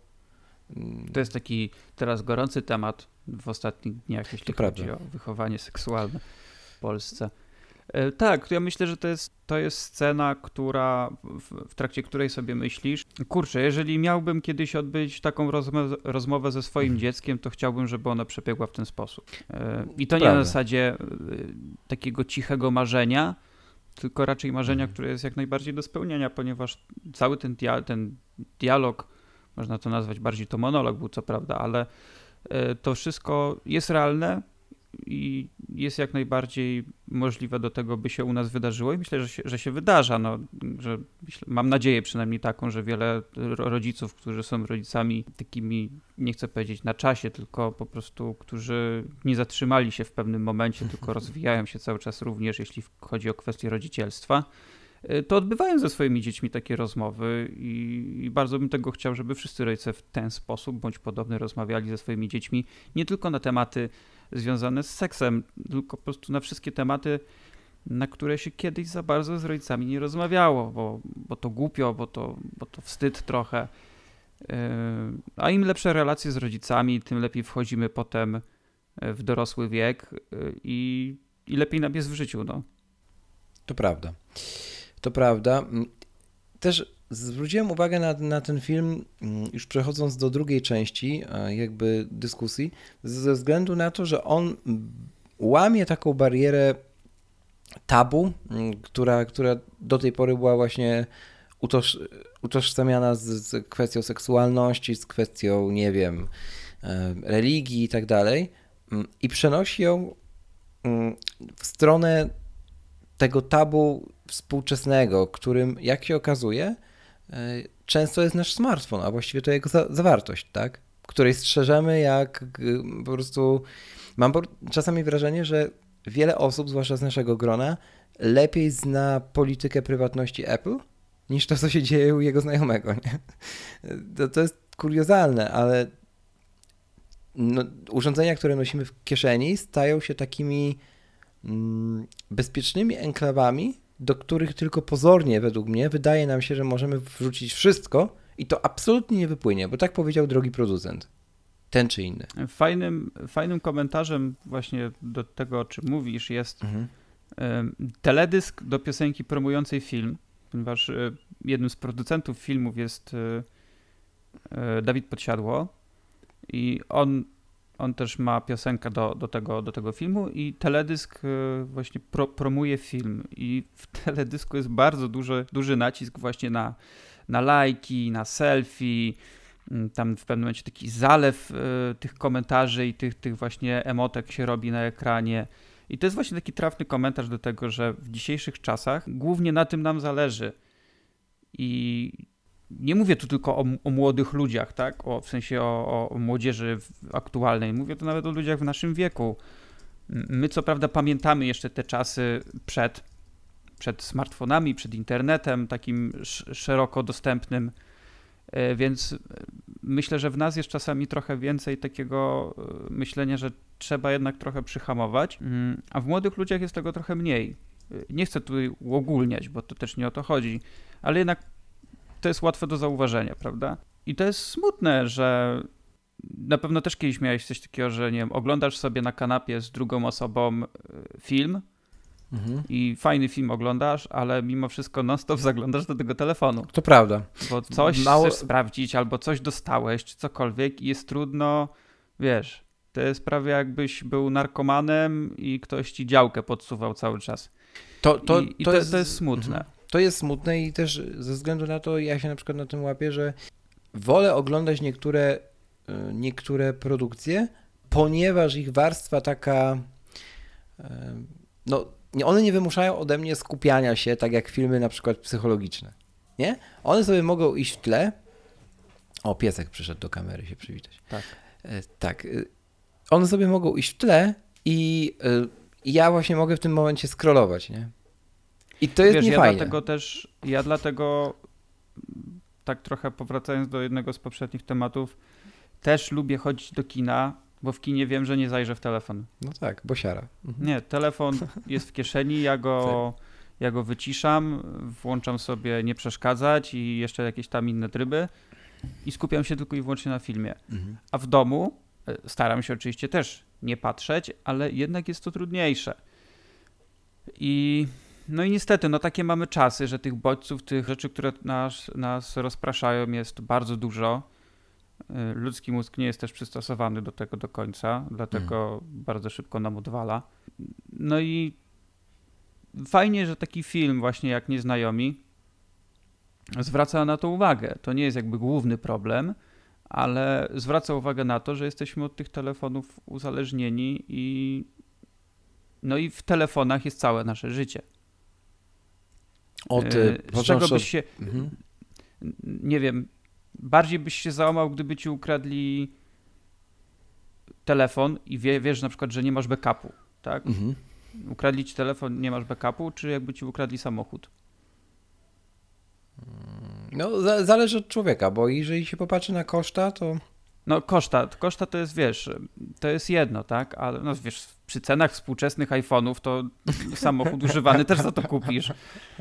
To jest taki teraz gorący temat w ostatnich dniach, jeśli to chodzi prawda. o wychowanie seksualne w Polsce. E, tak, ja myślę, że to jest, to jest scena, która w, w trakcie której sobie myślisz, kurczę, jeżeli miałbym kiedyś odbyć taką rozmowę, rozmowę ze swoim mhm. dzieckiem, to chciałbym, żeby ona przebiegła w ten sposób. E, I to, to nie prawda. na zasadzie e, takiego cichego marzenia, tylko raczej marzenia, mhm. które jest jak najbardziej do spełnienia, ponieważ cały ten, dia- ten dialog, można to nazwać bardziej to monolog był, co prawda, ale e, to wszystko jest realne i jest jak najbardziej możliwe do tego, by się u nas wydarzyło i myślę, że się, że się wydarza. No, że myślę, mam nadzieję przynajmniej taką, że wiele rodziców, którzy są rodzicami takimi, nie chcę powiedzieć na czasie, tylko po prostu, którzy nie zatrzymali się w pewnym momencie, tylko rozwijają się cały czas również, jeśli chodzi o kwestię rodzicielstwa, to odbywają ze swoimi dziećmi takie rozmowy i, i bardzo bym tego chciał, żeby wszyscy rodzice w ten sposób bądź podobny rozmawiali ze swoimi dziećmi, nie tylko na tematy związane z seksem, tylko po prostu na wszystkie tematy, na które się kiedyś za bardzo z rodzicami nie rozmawiało, bo, bo to głupio, bo to, bo to wstyd trochę. A im lepsze relacje z rodzicami, tym lepiej wchodzimy potem w dorosły wiek i, i lepiej nam jest w życiu. No. To prawda. To prawda. Też zwróciłem uwagę na, na ten film, już przechodząc do drugiej części jakby dyskusji, ze względu na to, że on łamie taką barierę tabu, która, która do tej pory była właśnie utoż, utożsamiana z, z kwestią seksualności, z kwestią, nie wiem, religii i tak dalej, i przenosi ją w stronę tego tabu współczesnego, którym, jak się okazuje, często jest nasz smartfon, a właściwie to jego za- zawartość, tak? Której strzeżemy jak po prostu... Mam czasami wrażenie, że wiele osób, zwłaszcza z naszego grona, lepiej zna politykę prywatności Apple niż to, co się dzieje u jego znajomego. Nie? To, to jest kuriozalne, ale no, urządzenia, które nosimy w kieszeni, stają się takimi mm, bezpiecznymi enklawami, do których tylko pozornie, według mnie, wydaje nam się, że możemy wrzucić wszystko i to absolutnie nie wypłynie, bo tak powiedział drogi producent. Ten czy inny. Fajnym, fajnym komentarzem właśnie do tego, o czym mówisz, jest mhm. teledysk do piosenki promującej film, ponieważ jednym z producentów filmów jest Dawid Podsiadło i on, on też ma piosenkę do, do, tego, do tego filmu i teledysk właśnie pro, promuje film i w teledysku jest bardzo duży, duży nacisk właśnie na, na lajki, na selfie. Tam w pewnym momencie taki zalew y, tych komentarzy i tych, tych właśnie emotek się robi na ekranie. I to jest właśnie taki trafny komentarz do tego, że w dzisiejszych czasach głównie na tym nam zależy. I nie mówię tu tylko o, o młodych ludziach, tak? O, w sensie o, o młodzieży aktualnej. Mówię tu nawet o ludziach w naszym wieku. My co prawda pamiętamy jeszcze te czasy przed, przed smartfonami, przed internetem takim sz- szeroko dostępnym. Więc myślę, że w nas jest czasami trochę więcej takiego myślenia, że trzeba jednak trochę przyhamować, a w młodych ludziach jest tego trochę mniej. Nie chcę tu uogólniać, bo to też nie o to chodzi, ale jednak to jest łatwe do zauważenia, prawda? I to jest smutne, że na pewno też kiedyś miałeś coś takiego, że nie wiem, oglądasz sobie na kanapie z drugą osobą film, mhm. i fajny film oglądasz, ale mimo wszystko non-stop zaglądasz do tego telefonu. To prawda. Bo coś Mało... chcesz sprawdzić, albo coś dostałeś, czy cokolwiek i jest trudno, wiesz, to jest prawie jakbyś był narkomanem i ktoś ci działkę podsuwał cały czas. To, to, I, i to, to, jest... to jest smutne. Mhm. To jest smutne i też ze względu na to ja się na przykład na tym łapię, że wolę oglądać niektóre, niektóre produkcje, ponieważ ich warstwa taka, no one nie wymuszają ode mnie skupiania się, tak jak filmy na przykład psychologiczne, nie? One sobie mogą iść w tle. O, piesek przyszedł do kamery się przywitać. Tak. E, tak. One sobie mogą iść w tle i e, ja właśnie mogę w tym momencie scrollować, nie? I to jest Wiesz, niefajne. Ja dlatego też, ja dlatego tak trochę powracając do jednego z poprzednich tematów, też lubię chodzić do kina, bo w kinie wiem, że nie zajrzę w telefon. No tak, bo siara. Mhm. Nie, telefon jest w kieszeni, ja go, ja go wyciszam, włączam sobie nie przeszkadzać i jeszcze jakieś tam inne tryby i skupiam się tylko i wyłącznie na filmie. Mhm. A w domu staram się oczywiście też nie patrzeć, ale jednak jest to trudniejsze. I no i niestety, no takie mamy czasy, że tych bodźców, tych rzeczy, które nas, nas rozpraszają jest bardzo dużo. Ludzki mózg nie jest też przystosowany do tego do końca, dlatego mm. bardzo szybko nam odwala. No i fajnie, że taki film właśnie jak Nieznajomi zwraca na to uwagę. To nie jest jakby główny problem, ale zwraca uwagę na to, że jesteśmy od tych telefonów uzależnieni i no i w telefonach jest całe nasze życie. Od, Z czego byś się, mhm. nie wiem, bardziej byś się załamał, gdyby ci ukradli telefon i wie, wiesz na przykład, że nie masz backupu, tak? Mhm. Ukradli ci telefon, nie masz backupu, czy jakby ci ukradli samochód? No, za, zależy od człowieka, bo jeżeli się popatrzy na koszta, to... No koszta, koszta to jest, wiesz, to jest jedno, tak? Ale no wiesz, przy cenach współczesnych iPhone'ów to samochód używany też za to kupisz.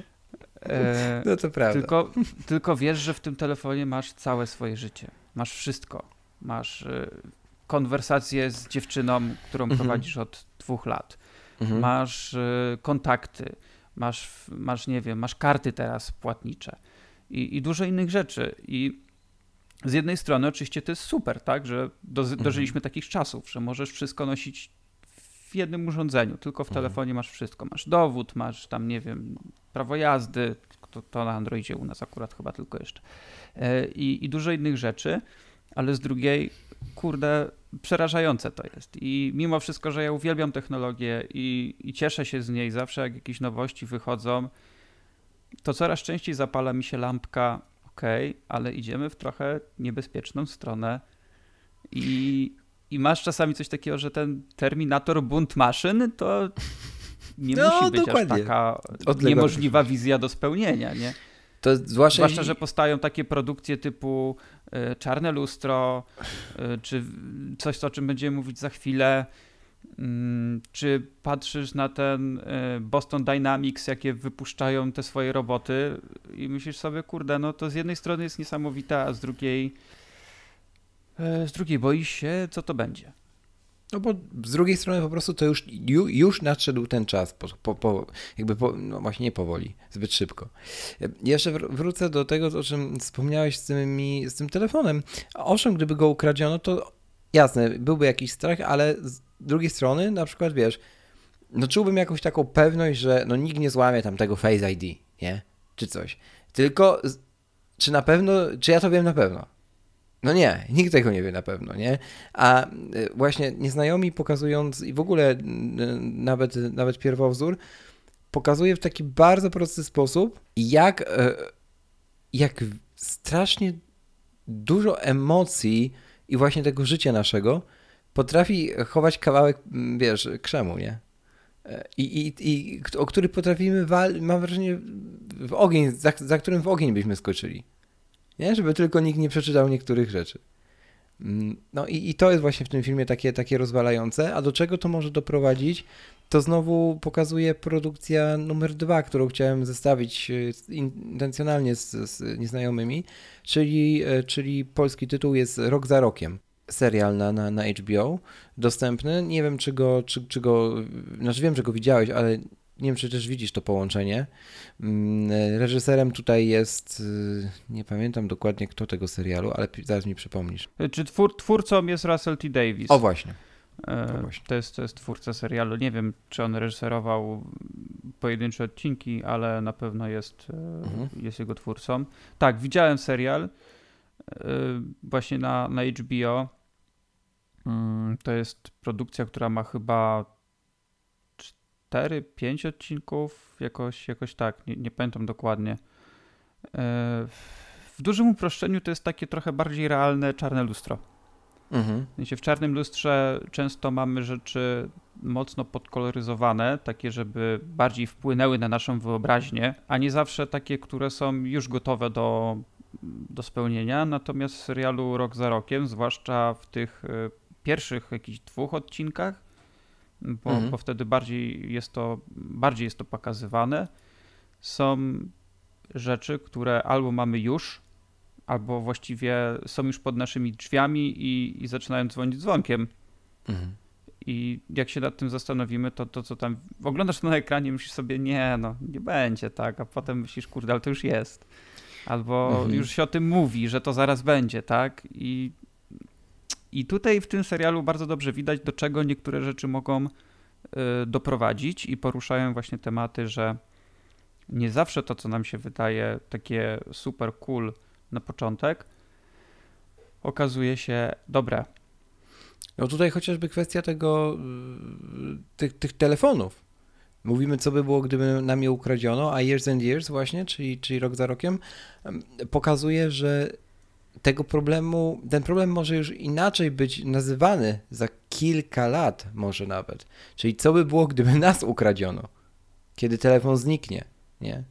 E, no to prawda. Tylko, tylko wiesz, że w tym telefonie masz całe swoje życie. Masz wszystko. Masz y, konwersację z dziewczyną, którą mhm. prowadzisz od dwóch lat. Mhm. Masz y, kontakty. Masz, masz, nie wiem, masz karty teraz płatnicze. I, i dużo innych rzeczy. I z jednej strony oczywiście to jest super, tak, że do, dożyliśmy mhm. takich czasów, że możesz wszystko nosić w jednym urządzeniu, tylko w mhm. telefonie masz wszystko. Masz dowód, masz tam, nie wiem, prawo jazdy, to, to na Androidzie u nas akurat chyba tylko jeszcze. I, i dużo innych rzeczy, ale z drugiej, kurde, przerażające to jest. I mimo wszystko, że ja uwielbiam technologię i, i cieszę się z niej zawsze, jak jakieś nowości wychodzą, to coraz częściej zapala mi się lampka, okej, okay, ale idziemy w trochę niebezpieczną stronę i, i masz czasami coś takiego, że ten Terminator bunt maszyn to nie no, musi być dokładnie. Aż taka Odległa niemożliwa wizja do spełnienia, nie? To zwłaszcza, zwłaszcza, że powstają takie produkcje typu y, Czarne lustro, y, czy coś, o czym będziemy mówić za chwilę, y, czy patrzysz na ten y, Boston Dynamics, jakie wypuszczają te swoje roboty i myślisz sobie, kurde, no to z jednej strony jest niesamowite, a z drugiej y, z drugiej boisz się, co to będzie. No bo z drugiej strony po prostu to już, już nadszedł ten czas, po, po, po, jakby po, no właśnie nie powoli, zbyt szybko. Jeszcze wrócę do tego, o czym wspomniałeś z, tymi, z tym telefonem. Owszem, gdyby go ukradziono, to jasne, byłby jakiś strach, ale z drugiej strony na przykład, wiesz, no czułbym jakąś taką pewność, że no nikt nie złamie tam tego Face I D, nie? Czy coś. Tylko czy na pewno, czy ja to wiem na pewno? No nie, nikt tego nie wie na pewno, nie? A właśnie nieznajomi pokazując i w ogóle nawet, nawet pierwowzór pokazuje w taki bardzo prosty sposób, jak, jak strasznie dużo emocji i właśnie tego życia naszego potrafi chować kawałek, wiesz, krzemu, nie? I, i, i o który potrafimy, wal- mam wrażenie, w ogień, za, za którym w ogień byśmy skoczyli. Nie? Żeby tylko nikt nie przeczytał niektórych rzeczy. No i, i to jest właśnie w tym filmie takie, takie rozwalające. A do czego to może doprowadzić? To znowu pokazuje produkcja numer dwa, którą chciałem zestawić intencjonalnie z, z nieznajomymi, czyli, czyli polski tytuł jest Rok za rokiem. Serial na, na, na H B O dostępny. Nie wiem, czy go, czy, czy go, znaczy wiem, że go widziałeś, ale nie wiem, czy też widzisz to połączenie. Reżyserem tutaj jest, nie pamiętam dokładnie kto tego serialu, ale zaraz mi przypomnisz. Czy twór, twórcą jest Russell T. Davies? O właśnie. E, o właśnie. To, jest, to jest twórca serialu. Nie wiem, czy on reżyserował pojedyncze odcinki, ale na pewno jest, mhm. jest jego twórcą. Tak, widziałem serial właśnie na, na H B O. To jest produkcja, która ma chyba cztery, pięć odcinków, jakoś, jakoś tak, nie, nie pamiętam dokładnie. W dużym uproszczeniu to jest takie trochę bardziej realne Czarne lustro. Mhm. W Czarnym lustrze często mamy rzeczy mocno podkoloryzowane, takie, żeby bardziej wpłynęły na naszą wyobraźnię, a nie zawsze takie, które są już gotowe do, do spełnienia. Natomiast w serialu Rok za rokiem, zwłaszcza w tych pierwszych jakichś dwóch odcinkach, Bo, mhm. bo wtedy bardziej jest to bardziej jest to pokazywane. Są rzeczy, które albo mamy już, albo właściwie są już pod naszymi drzwiami i, i zaczynają dzwonić dzwonkiem. Mhm. I jak się nad tym zastanowimy, to to, co tam oglądasz na ekranie, myślisz sobie, nie, no, nie będzie tak, a potem myślisz, kurde, ale to już jest. Albo mhm. już się o tym mówi, że to zaraz będzie, tak? I I tutaj w tym serialu bardzo dobrze widać, do czego niektóre rzeczy mogą y, doprowadzić i poruszają właśnie tematy, że nie zawsze to, co nam się wydaje takie super cool na początek, okazuje się dobre. No tutaj chociażby kwestia tego, tych, tych telefonów. Mówimy, co by było, gdyby nam je ukradziono, a Years and Years właśnie, czyli, czyli Rok za rokiem, pokazuje, że tego problemu, ten problem może już inaczej być nazywany za kilka lat może nawet. Czyli co by było, gdyby nas ukradziono? Kiedy telefon zniknie, nie?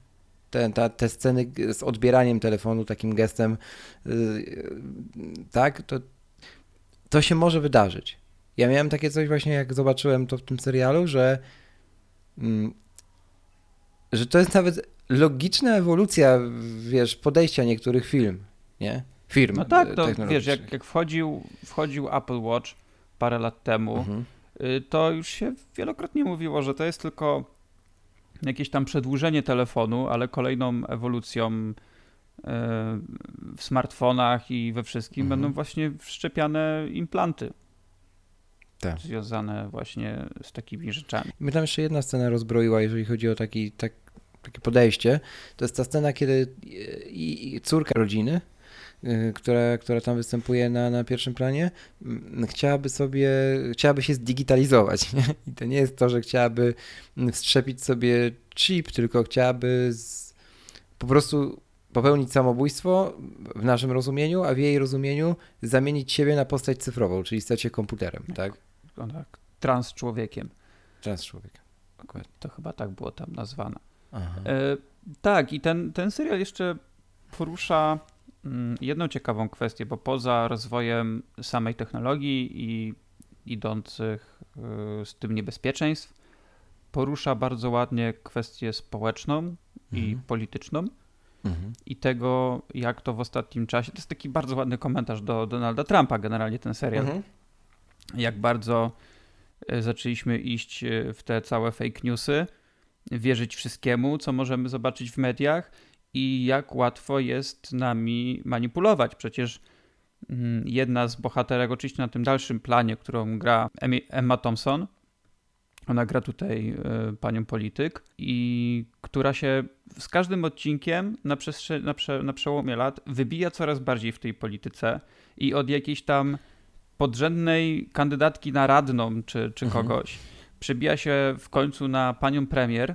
te, ta, te sceny z odbieraniem telefonu takim gestem, yy, tak, to, to się może wydarzyć. Ja miałem takie coś właśnie, jak zobaczyłem to w tym serialu, że, mm, że to jest nawet logiczna ewolucja, wiesz, podejścia niektórych film, nie? Firm No tak, to technologicznych. wiesz, jak, jak wchodził, wchodził Apple Watch parę lat temu, Mhm. to już się wielokrotnie mówiło, że to jest tylko jakieś tam przedłużenie telefonu, ale kolejną ewolucją w smartfonach i we wszystkim Mhm. będą właśnie wszczepiane implanty. Tak. Związane właśnie z takimi rzeczami. Mnie tam jeszcze jedna scena rozbroiła, jeżeli chodzi o taki, tak, takie podejście. To jest ta scena, kiedy i, i córka rodziny, y, która, która tam występuje na, na pierwszym planie, m, chciałaby sobie, chciałaby się zdigitalizować. Nie? I to nie jest to, że chciałaby wszczepić sobie chip, tylko chciałaby z, po prostu popełnić samobójstwo w naszym rozumieniu, a w jej rozumieniu zamienić siebie na postać cyfrową, czyli stać się komputerem, tak? Ona trans człowiekiem. Trans człowiek. Dokładnie. To chyba tak było tam nazwane. Aha. E, tak, i ten, ten serial jeszcze porusza mm, jedną ciekawą kwestię, bo poza rozwojem samej technologii i idących y, z tym niebezpieczeństw, porusza bardzo ładnie kwestię społeczną i Mhm. polityczną Mhm. i tego, jak to w ostatnim czasie, to jest taki bardzo ładny komentarz do Donalda Trumpa generalnie ten serial, Mhm. jak bardzo e, zaczęliśmy iść e, w te całe fake newsy, wierzyć wszystkiemu, co możemy zobaczyć w mediach i jak łatwo jest nami manipulować. Przecież mm, jedna z bohaterek, oczywiście na tym dalszym planie, którą gra Emi- Emma Thompson, ona gra tutaj y, panią polityk i która się z każdym odcinkiem na, przestrze- na, prze- na przełomie lat wybija coraz bardziej w tej polityce i od jakiejś tam podrzędnej kandydatki na radną czy, czy Mhm. kogoś przebija się w końcu na panią premier,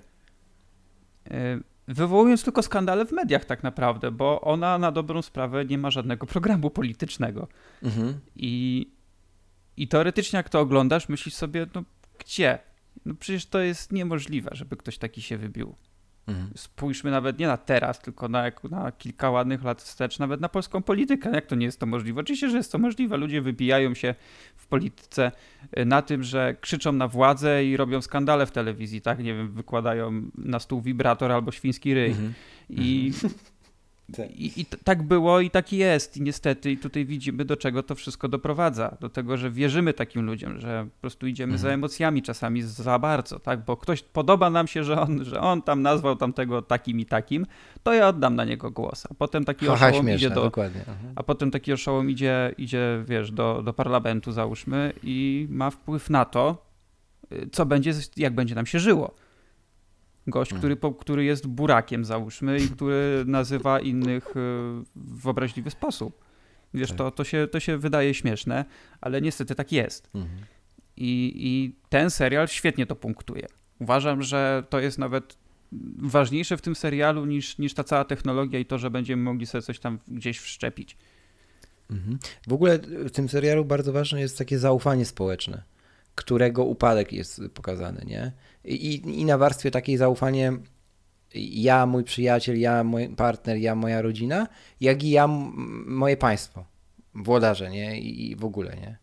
y, wywołując tylko skandale w mediach tak naprawdę, bo ona na dobrą sprawę nie ma żadnego programu politycznego. Mhm. I, I teoretycznie jak to oglądasz, myślisz sobie, no gdzie? No przecież to jest niemożliwe, żeby ktoś taki się wybił. Mhm. Spójrzmy nawet nie na teraz, tylko na, na kilka ładnych lat wstecz, nawet na polską politykę. Jak to nie jest to możliwe? Oczywiście, że jest to możliwe. Ludzie wybijają się w polityce na tym, że krzyczą na władzę i robią skandale w telewizji, tak? Nie wiem, wykładają na stół wibrator albo świński ryj. Mhm. I, Tak. i, I t- tak było i tak jest. I niestety i tutaj widzimy, do czego to wszystko doprowadza. Do tego, że wierzymy takim ludziom, że po prostu idziemy Mhm. za emocjami czasami za bardzo, tak? Bo ktoś podoba nam się, że on, że on tam nazwał tamtego takim i takim, to ja oddam na niego głos. A potem taki Haha, oszołom śmieszne, idzie do... dokładnie. Mhm. A potem taki oszołom idzie, idzie wiesz, do, do parlamentu załóżmy i ma wpływ na to, y, co będzie, jak będzie nam się żyło. Gość, Mhm. który, po, który jest burakiem załóżmy i który nazywa innych y, w obraźliwy sposób. Wiesz, Tak. to, to, się, to się wydaje śmieszne, ale niestety tak jest. Mhm. I, I ten serial świetnie to punktuje. Uważam, że to jest nawet ważniejsze w tym serialu niż, niż ta cała technologia i to, że będziemy mogli sobie coś tam gdzieś wszczepić. Mhm. W ogóle w tym serialu bardzo ważne jest takie zaufanie społeczne, którego upadek jest pokazany, nie? I, i na warstwie takiej zaufanie ja, mój przyjaciel, ja, mój partner, ja, moja rodzina, jak i ja, m- moje państwo, włodarze, nie? I, i w ogóle, nie?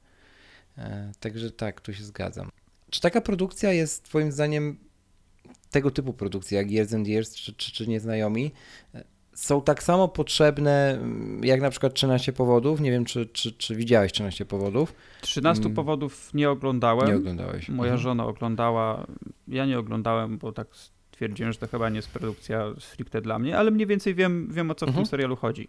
E, także tak, tu się zgadzam. Czy taka produkcja jest twoim zdaniem, tego typu produkcje jak Years and Years czy, czy, czy Nieznajomi, e, są tak samo potrzebne mm, jak na przykład trzynaście powodów? Nie wiem, czy, czy, czy widziałeś trzynaście powodów? trzynastu Mm. powodów nie oglądałem. Nie oglądałeś. Moja Mhm. żona oglądała, ja nie oglądałem, bo tak stwierdziłem, że to chyba nie jest produkcja stricte dla mnie, ale mniej więcej wiem, wiem o co w Mhm. tym serialu chodzi.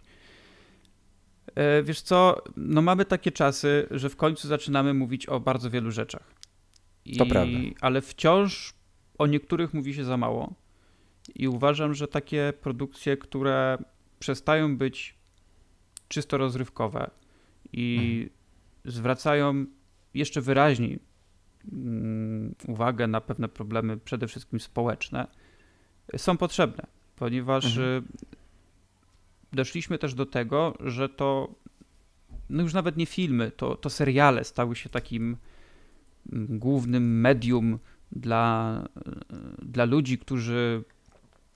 E, wiesz co, no mamy takie czasy, że w końcu zaczynamy mówić o bardzo wielu rzeczach. I, To prawda. Ale wciąż o niektórych mówi się za mało. I uważam, że takie produkcje, które przestają być czysto rozrywkowe i Mhm. zwracają jeszcze wyraźniej mm, uwagę na pewne problemy, przede wszystkim społeczne, są potrzebne, ponieważ Mhm. y, doszliśmy też do tego, że to no już nawet nie filmy, to, to seriale stały się takim mm, głównym medium dla, y, dla ludzi, którzy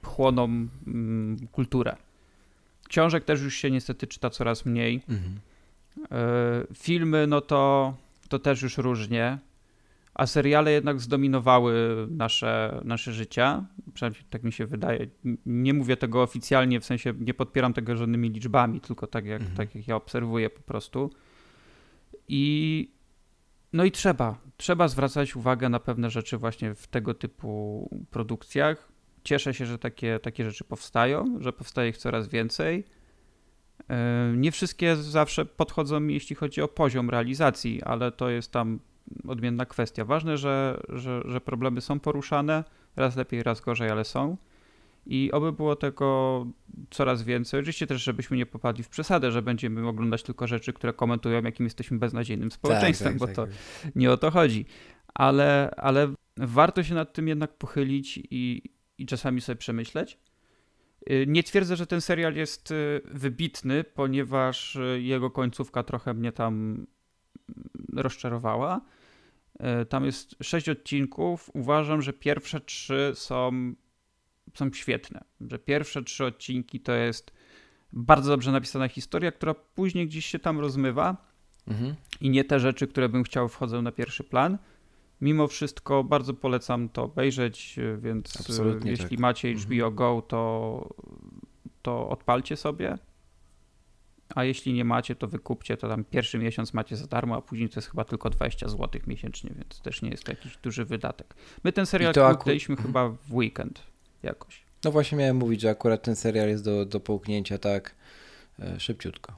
chłoną mm, kulturę. Książek też już się niestety czyta coraz mniej. Mhm. Y, filmy, no to, to też już różnie, a seriale jednak zdominowały nasze, nasze życia. Przynajmniej tak mi się wydaje. Nie mówię tego oficjalnie, w sensie nie podpieram tego żadnymi liczbami, tylko tak jak, Mhm. tak jak ja obserwuję po prostu. I no i trzeba, trzeba zwracać uwagę na pewne rzeczy właśnie w tego typu produkcjach. Cieszę się, że takie, takie rzeczy powstają, że powstaje ich coraz więcej. Yy, Nie wszystkie zawsze podchodzą mi, jeśli chodzi o poziom realizacji, ale to jest tam odmienna kwestia. Ważne, że, że, że problemy są poruszane, raz lepiej, raz gorzej, ale są. I oby było tego coraz więcej. Oczywiście też, żebyśmy nie popadli w przesadę, że będziemy oglądać tylko rzeczy, które komentują, jakim jesteśmy beznadziejnym społeczeństwem, Tak, tak, bo tak. to nie o to chodzi. Ale, ale warto się nad tym jednak pochylić i, i czasami sobie przemyśleć. Yy, Nie twierdzę, że ten serial jest yy, wybitny, ponieważ yy, jego końcówka trochę mnie tam rozczarowała. Yy, Tam jest sześć odcinków. Uważam, że pierwsze trzy są są świetne, że pierwsze trzy odcinki to jest bardzo dobrze napisana historia, która później gdzieś się tam rozmywa Mhm. i nie te rzeczy, które bym chciał, wchodzą na pierwszy plan. Mimo wszystko bardzo polecam to obejrzeć, więc Absolutnie jeśli tak. macie Mhm. H B O Go, to, to odpalcie sobie, a jeśli nie macie, to wykupcie, to tam pierwszy miesiąc macie za darmo, a później to jest chyba tylko dwadzieścia złotych miesięcznie, więc też nie jest to jakiś duży wydatek. My ten serial I to aku- kliknęliśmy Mhm. chyba w weekend jakoś. No właśnie miałem mówić, że akurat ten serial jest do, do połknięcia tak e, szybciutko.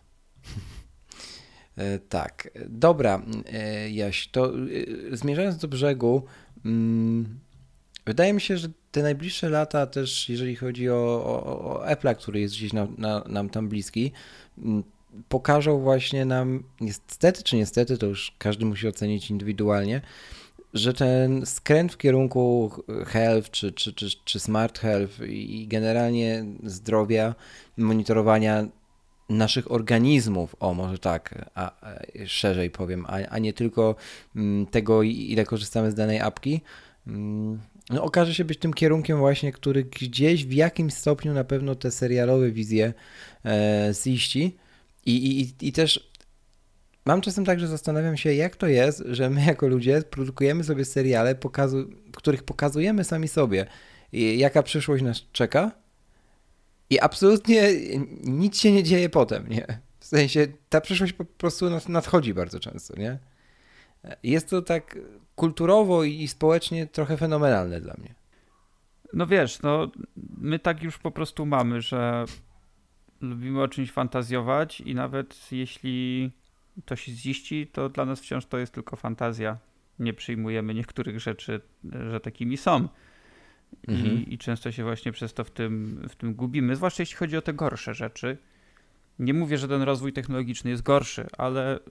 e, tak, dobra, e, Jaś, to e, zmierzając do brzegu, mm, wydaje mi się, że te najbliższe lata też, jeżeli chodzi o, o, o Apple'a, który jest gdzieś nam, na, nam tam bliski, mm, pokażą właśnie nam, niestety czy niestety, to już każdy musi ocenić indywidualnie, że ten skręt w kierunku health czy, czy, czy, czy smart health i generalnie zdrowia, monitorowania naszych organizmów, o może tak, a, a szerzej powiem, a, a nie tylko mm, tego, ile korzystamy z danej apki, mm, no, okaże się być tym kierunkiem właśnie, który gdzieś w jakimś stopniu na pewno te serialowe wizje e, ziści i, i, i też mam czasem tak, że zastanawiam się, jak to jest, że my jako ludzie produkujemy sobie seriale, pokazu- w których pokazujemy sami sobie, i jaka przyszłość nas czeka i absolutnie nic się nie dzieje potem, nie? W sensie ta przyszłość po prostu nas nadchodzi bardzo często, nie? Jest to tak kulturowo i społecznie trochę fenomenalne dla mnie. No wiesz, no my tak już po prostu mamy, że lubimy o czymś fantazjować i nawet jeśli to się ziści, to dla nas wciąż to jest tylko fantazja. Nie przyjmujemy niektórych rzeczy, że takimi są. Mhm. I, I często się właśnie przez to w tym, w tym gubimy, zwłaszcza jeśli chodzi o te gorsze rzeczy. Nie mówię, że ten rozwój technologiczny jest gorszy, ale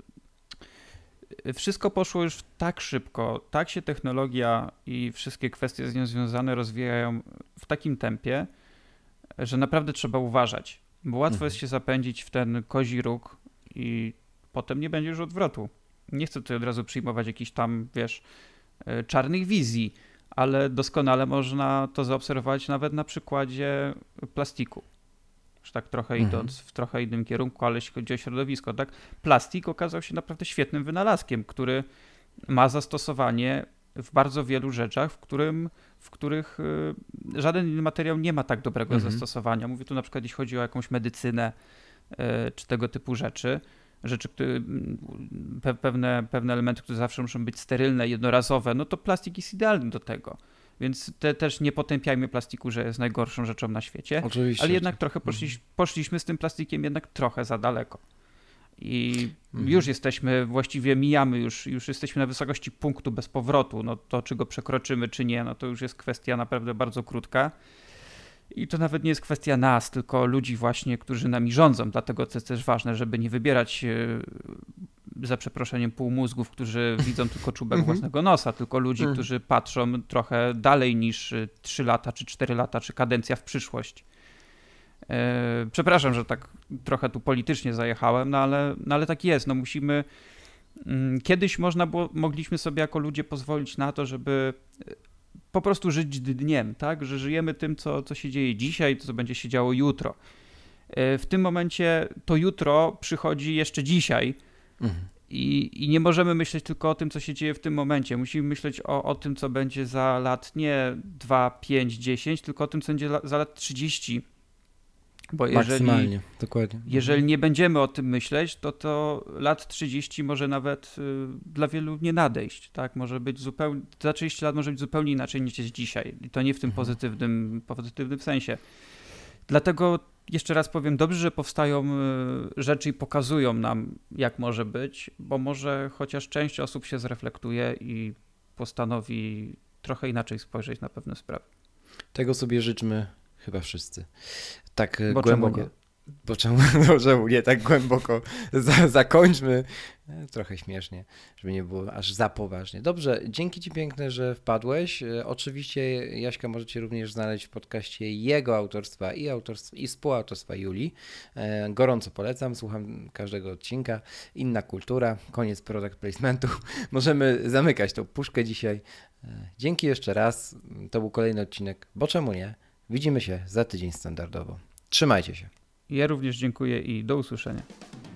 wszystko poszło już tak szybko, tak się technologia i wszystkie kwestie z nią związane rozwijają w takim tempie, że naprawdę trzeba uważać, bo łatwo Mhm. jest się zapędzić w ten kozi róg i potem nie będzie już odwrotu. Nie chcę tutaj od razu przyjmować jakichś tam, wiesz, czarnych wizji, ale doskonale można to zaobserwować nawet na przykładzie plastiku. Już tak trochę Mhm. idąc w trochę innym kierunku, ale jeśli chodzi o środowisko, tak? Plastik okazał się naprawdę świetnym wynalazkiem, który ma zastosowanie w bardzo wielu rzeczach, w, którym, w których y, żaden inny materiał nie ma tak dobrego Mhm. zastosowania. Mówię tu na przykład, jeśli chodzi o jakąś medycynę y, czy tego typu rzeczy. Rzeczy, które, pe, pewne, pewne elementy, które zawsze muszą być sterylne, jednorazowe, no to plastik jest idealny do tego. Więc te, też nie potępiajmy plastiku, że jest najgorszą rzeczą na świecie. Oczywiście. Ale jednak trochę poszli, poszliśmy z tym plastikiem jednak trochę za daleko. I Mhm. już jesteśmy, właściwie mijamy, już, już jesteśmy na wysokości punktu bez powrotu. No to, czy go przekroczymy, czy nie, no to już jest kwestia naprawdę bardzo krótka. I to nawet nie jest kwestia nas, tylko ludzi właśnie, którzy nami rządzą. Dlatego to jest też ważne, żeby nie wybierać za przeproszeniem półmózgów, którzy widzą tylko czubek własnego nosa, tylko ludzi, Mhm. którzy patrzą trochę dalej niż trzy lata, czy cztery lata, czy kadencja w przyszłość. E, przepraszam, że tak trochę tu politycznie zajechałem, no ale, no ale tak jest. No musimy... Kiedyś można było, mogliśmy sobie jako ludzie pozwolić na to, żeby po prostu żyć dniem, tak? Że żyjemy tym, co, co się dzieje dzisiaj, co będzie się działo jutro. W tym momencie to jutro przychodzi jeszcze dzisiaj mhm. i, i nie możemy myśleć tylko o tym, co się dzieje w tym momencie. Musimy myśleć o, o tym, co będzie za lat nie dwa, pięć, dziesięć, tylko o tym, co będzie za lat trzydzieści. Bo jeżeli, maksymalnie, dokładnie. Jeżeli nie będziemy o tym myśleć, to to lat trzydzieści może nawet y, dla wielu nie nadejść, tak? Może być zupełnie, za trzydzieści lat może być zupełnie inaczej niż jest dzisiaj. I to nie w tym mhm. pozytywnym, pozytywnym sensie. Dlatego jeszcze raz powiem, dobrze, że powstają y, rzeczy i pokazują nam, jak może być, bo może chociaż część osób się zreflektuje i postanowi trochę inaczej spojrzeć na pewne sprawy. Tego sobie życzmy chyba wszyscy. Tak bo głęboko. Czemu nie? Bo czemu, no, czemu nie tak głęboko za, zakończmy. Trochę śmiesznie, żeby nie było aż za poważnie. Dobrze, dzięki Ci piękne, że wpadłeś. Oczywiście Jaśka możecie również znaleźć w podcaście jego autorstwa i autorstwa i współautorstwa Julii. Gorąco polecam, słucham każdego odcinka. Inna kultura, koniec product placementu. Możemy zamykać tą puszkę dzisiaj. Dzięki jeszcze raz. To był kolejny odcinek, bo czemu nie? Widzimy się za tydzień standardowo. Trzymajcie się. Ja również dziękuję i do usłyszenia.